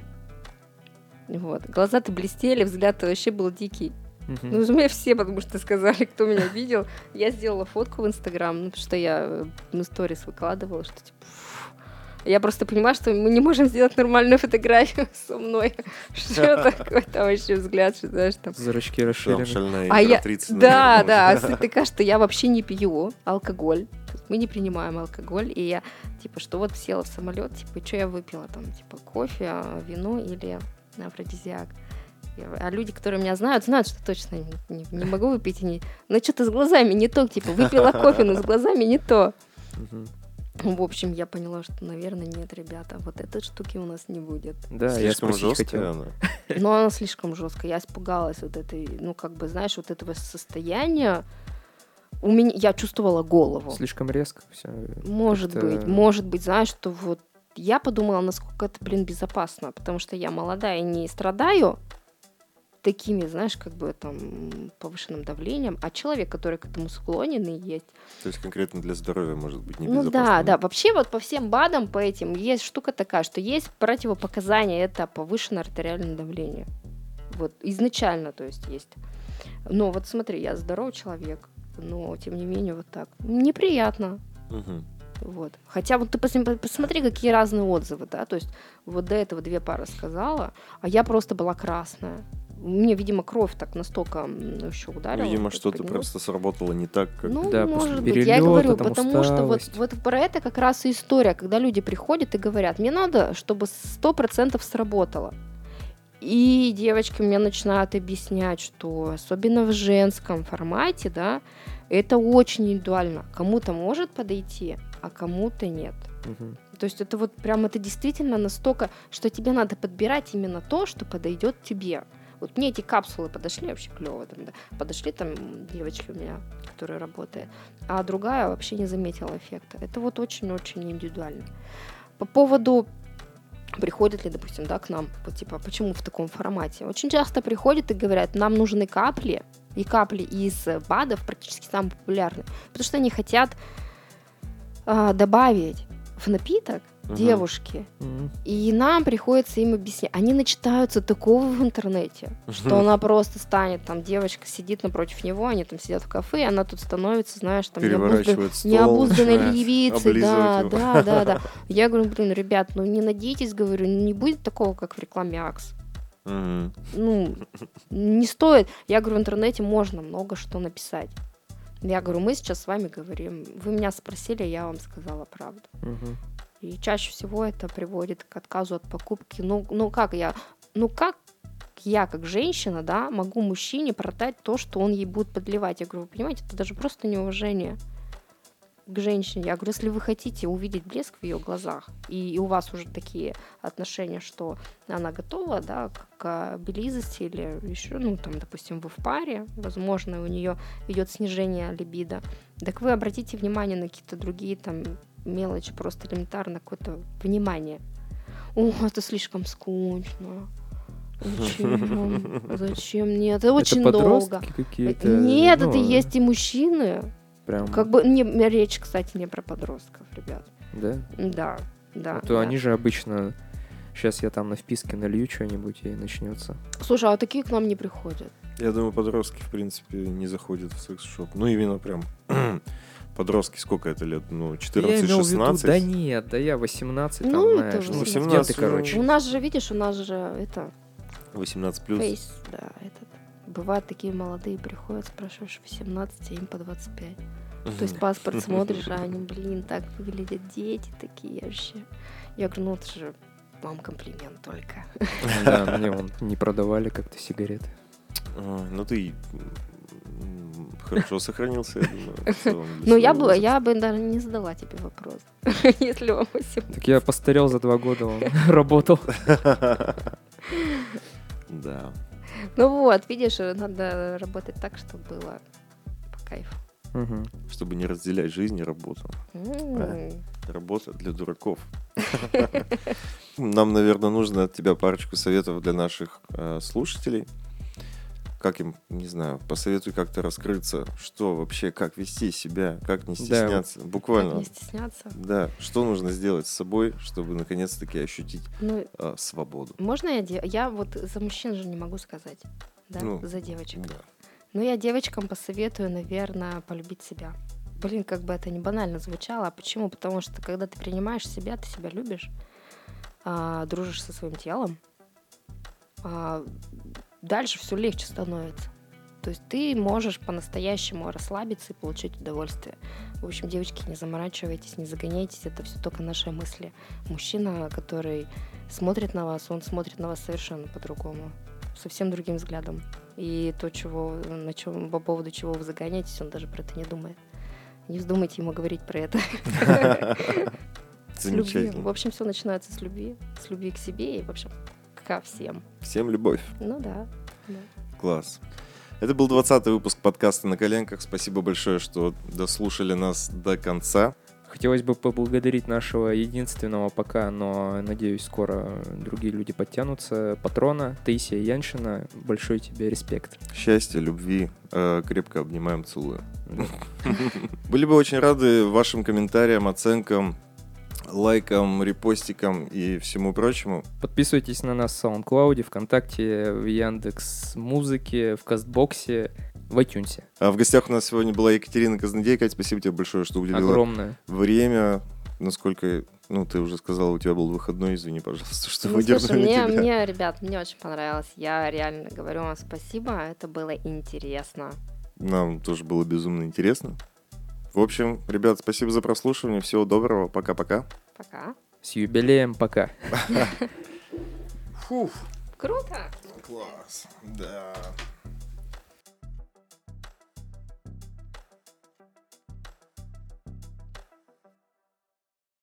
Speaker 2: Вот. Глаза-то блестели, взгляд вообще был дикий. Ну, у меня все, потому что сказали, кто меня видел. Я сделала фотку в Инстаграм, ну, потому что я сторис выкладывала, что типа... Я просто понимаю, что мы не можем сделать нормальную фотографию со мной. Что такое там вообще взгляд, что, знаешь, там...
Speaker 3: Зрачки
Speaker 1: Там
Speaker 3: расширены.
Speaker 1: шальная
Speaker 2: А я...
Speaker 1: императрица,
Speaker 2: Да,
Speaker 1: наверное,
Speaker 2: суть такая, что я вообще не пью алкоголь. То есть мы не принимаем алкоголь. И я, типа, что вот села в самолет, типа, и что я выпила там, типа, кофе, вино или афродизиак. А люди, которые меня знают, что точно не могу выпить. Ну, что-то с глазами не то, типа, выпила кофе, но с глазами не то.
Speaker 3: Мгм.
Speaker 2: В общем, я поняла, что, наверное, нет, ребята, вот этой штуки у нас не будет.
Speaker 3: Да, я
Speaker 1: Слишком
Speaker 3: спросить
Speaker 1: жесткая
Speaker 3: хотел.
Speaker 1: она.
Speaker 2: Но она слишком жесткая. Я испугалась вот этой, ну, как бы, знаешь, вот этого состояния. Я чувствовала голову.
Speaker 3: Слишком резко все.
Speaker 2: Может быть, знаешь, что вот я подумала, насколько это, блин, безопасно, потому что я молодая и не страдаю такими, знаешь, как бы там повышенным давлением, а человек, который к этому склонен и есть.
Speaker 1: То есть конкретно для здоровья может быть
Speaker 2: Ну
Speaker 1: небезопасно.
Speaker 2: да. Вообще вот по всем БАДам, по этим, есть штука такая, что есть противопоказания, это повышенное артериальное давление. Вот изначально, то есть есть. Но вот смотри, я здоровый человек, но тем не менее вот так. Неприятно.
Speaker 1: Мгм.
Speaker 2: Вот. Хотя вот ты посмотри, какие разные отзывы, да, то есть вот до этого 2 пары сказала, а я просто была красная. Мне, видимо, кровь так настолько еще ударила.
Speaker 1: Видимо,
Speaker 2: то есть
Speaker 1: что-то
Speaker 2: поднялось.
Speaker 1: просто сработало не так, как...
Speaker 2: Ну,
Speaker 3: Да,
Speaker 2: может
Speaker 3: после
Speaker 2: быть. Я и
Speaker 3: перелёта,
Speaker 2: говорю,
Speaker 3: там
Speaker 2: потому что вот
Speaker 3: усталость.
Speaker 2: про это как раз и история, когда люди приходят и говорят, мне надо, чтобы 100% сработало. И девочки мне начинают объяснять, что особенно в женском формате, да, это очень индивидуально. Кому-то может подойти, а кому-то нет.
Speaker 3: Мгм.
Speaker 2: То есть это вот прям это действительно настолько, что тебе надо подбирать именно то, что подойдет тебе. Вот мне эти капсулы подошли вообще клево, там, да. Подошли там девочки у меня, которые работают, а другая вообще не заметила эффекта. Это вот очень-очень индивидуально. По поводу приходят ли, допустим, да, к нам, вот, типа, почему в таком формате? Очень часто приходят и говорят, нам нужны капли, и капли из БАДов практически самые популярные, потому что они хотят добавить в напиток девушки,
Speaker 3: Мгм.
Speaker 2: и нам приходится им объяснять. Они начитаются такого в интернете, что она просто станет, там девочка сидит напротив него, они там сидят в кафе, и она тут становится, знаешь, там
Speaker 1: Переворачивает стол,
Speaker 2: необузданной
Speaker 1: начинает
Speaker 2: львицей,
Speaker 1: облизывать его.
Speaker 2: да. Я говорю, блин, ребят, ну не надейтесь, говорю, не будет такого, как в рекламе Акс.
Speaker 1: Мгм.
Speaker 2: Ну, не стоит. Я говорю, в интернете можно много что написать. Я говорю, мы сейчас с вами говорим. Вы меня спросили, я вам сказала правду.
Speaker 3: Мгм.
Speaker 2: И чаще всего это приводит к отказу от покупки. Как я, как женщина, да, могу мужчине продать то, что он ей будет подливать? Я говорю, вы понимаете, это даже просто неуважение. к женщине. Я говорю, если вы хотите увидеть блеск в ее глазах, и у вас уже такие отношения, что она готова, да, к близости или еще, ну, там, допустим, вы в паре, возможно, у нее идет снижение либидо, так вы обратите внимание на какие-то другие там мелочи, просто элементарно какое-то внимание. О, это слишком скучно. Зачем? Нет, это очень долго.
Speaker 3: Какие-то?
Speaker 2: Нет, это есть и мужчины.
Speaker 3: Прям...
Speaker 2: Как бы речь, кстати, не про подростков, ребят.
Speaker 3: Да?
Speaker 2: Да, да.
Speaker 3: А то они же обычно... Сейчас я там на вписке налью что-нибудь, и начнется.
Speaker 2: Слушай, а такие к нам не приходят.
Speaker 1: Я думаю, подростки, в принципе, не заходят в секс-шоп. Ну, именно прям... Подростки, сколько это лет? Ну, 14-16?
Speaker 3: Да нет, да я 18, там,
Speaker 2: Ну,
Speaker 3: знаешь.
Speaker 2: это
Speaker 3: Ну,
Speaker 1: 18,
Speaker 3: студенты, короче.
Speaker 2: У нас же, видишь, это
Speaker 1: 18 плюс.
Speaker 2: фейс, да, этот. Бывают такие молодые, приходят, спрашиваешь 18, а им по 25. То есть паспорт смотришь, а они, блин, так выглядят дети такие вообще. Я говорю, ну это же вам комплимент только.
Speaker 3: Да, мне вон не продавали как-то сигареты.
Speaker 1: Ну, ты хорошо сохранился, я думаю. в целом, для
Speaker 2: Ну,
Speaker 1: своего
Speaker 2: я бы даже не задала тебе вопрос, если вам 18.
Speaker 3: Так я постарел за 2 года, он работал.
Speaker 1: возраста. Да.
Speaker 2: Ну вот, видишь, надо работать так, чтобы было по кайфу.
Speaker 3: Мгм.
Speaker 1: Чтобы не разделять жизнь и работу. Работа для дураков. Нам, наверное, нужно от тебя парочку советов для наших слушателей. Как им, не знаю, посоветуй как-то раскрыться, что вообще, как вести себя, как не стесняться.
Speaker 2: Как
Speaker 1: Буквально.
Speaker 2: не стесняться.
Speaker 1: Да, что нужно сделать с собой, чтобы наконец-таки ощутить
Speaker 2: Ну,
Speaker 1: свободу.
Speaker 2: можно я вот за мужчин же не могу сказать, да,
Speaker 1: Ну,
Speaker 2: за девочек.
Speaker 1: Да.
Speaker 2: Ну, я девочкам посоветую, наверное, полюбить себя. Блин, как бы это не банально звучало. А почему? Потому что когда ты принимаешь себя, ты себя любишь, дружишь со своим телом, дальше все легче становится. То есть ты можешь по-настоящему расслабиться и получить удовольствие. В общем, девочки, не заморачивайтесь, не загоняйтесь, это все только наши мысли. Мужчина, который смотрит на вас, он смотрит на вас совершенно по-другому, совсем другим взглядом. И то, по поводу чего вы загоняетесь, он даже про это не думает. Не вздумайте ему говорить про это. С любви.
Speaker 1: Замечательно.
Speaker 2: В общем, все начинается с любви к себе и, в общем, ко всем.
Speaker 1: Всем любовь.
Speaker 2: Ну да.
Speaker 1: Класс. Это был 20-й выпуск подкаста «На коленках». Спасибо большое, что дослушали нас до конца.
Speaker 3: Хотелось бы поблагодарить нашего единственного пока, но, надеюсь, скоро другие люди подтянутся, патрона Таисия Яншина. Большой тебе респект.
Speaker 1: Счастья, любви. Крепко обнимаем, целуем. Были бы очень рады вашим комментариям, оценкам, лайкам, репостикам и всему прочему.
Speaker 3: Подписывайтесь на нас в SoundCloud, ВКонтакте, в Яндекс.Музыке, в Кастбоксе, в iTunes.
Speaker 1: А в гостях у нас сегодня была Екатерина Казнадей. Катя, спасибо тебе большое, что уделила
Speaker 3: Огромное.
Speaker 1: время. Насколько, ты уже сказала, у тебя был выходной, извини, пожалуйста, что
Speaker 2: Ну,
Speaker 1: выдернули
Speaker 2: слушай,
Speaker 1: тебя.
Speaker 2: ребят, мне очень понравилось. Я реально говорю вам спасибо, это было интересно.
Speaker 1: Нам тоже было безумно интересно. В общем, ребят, спасибо за прослушивание. Всего доброго. Пока-пока.
Speaker 2: Пока.
Speaker 3: С юбилеем, пока.
Speaker 2: Круто!
Speaker 1: Класс. Да.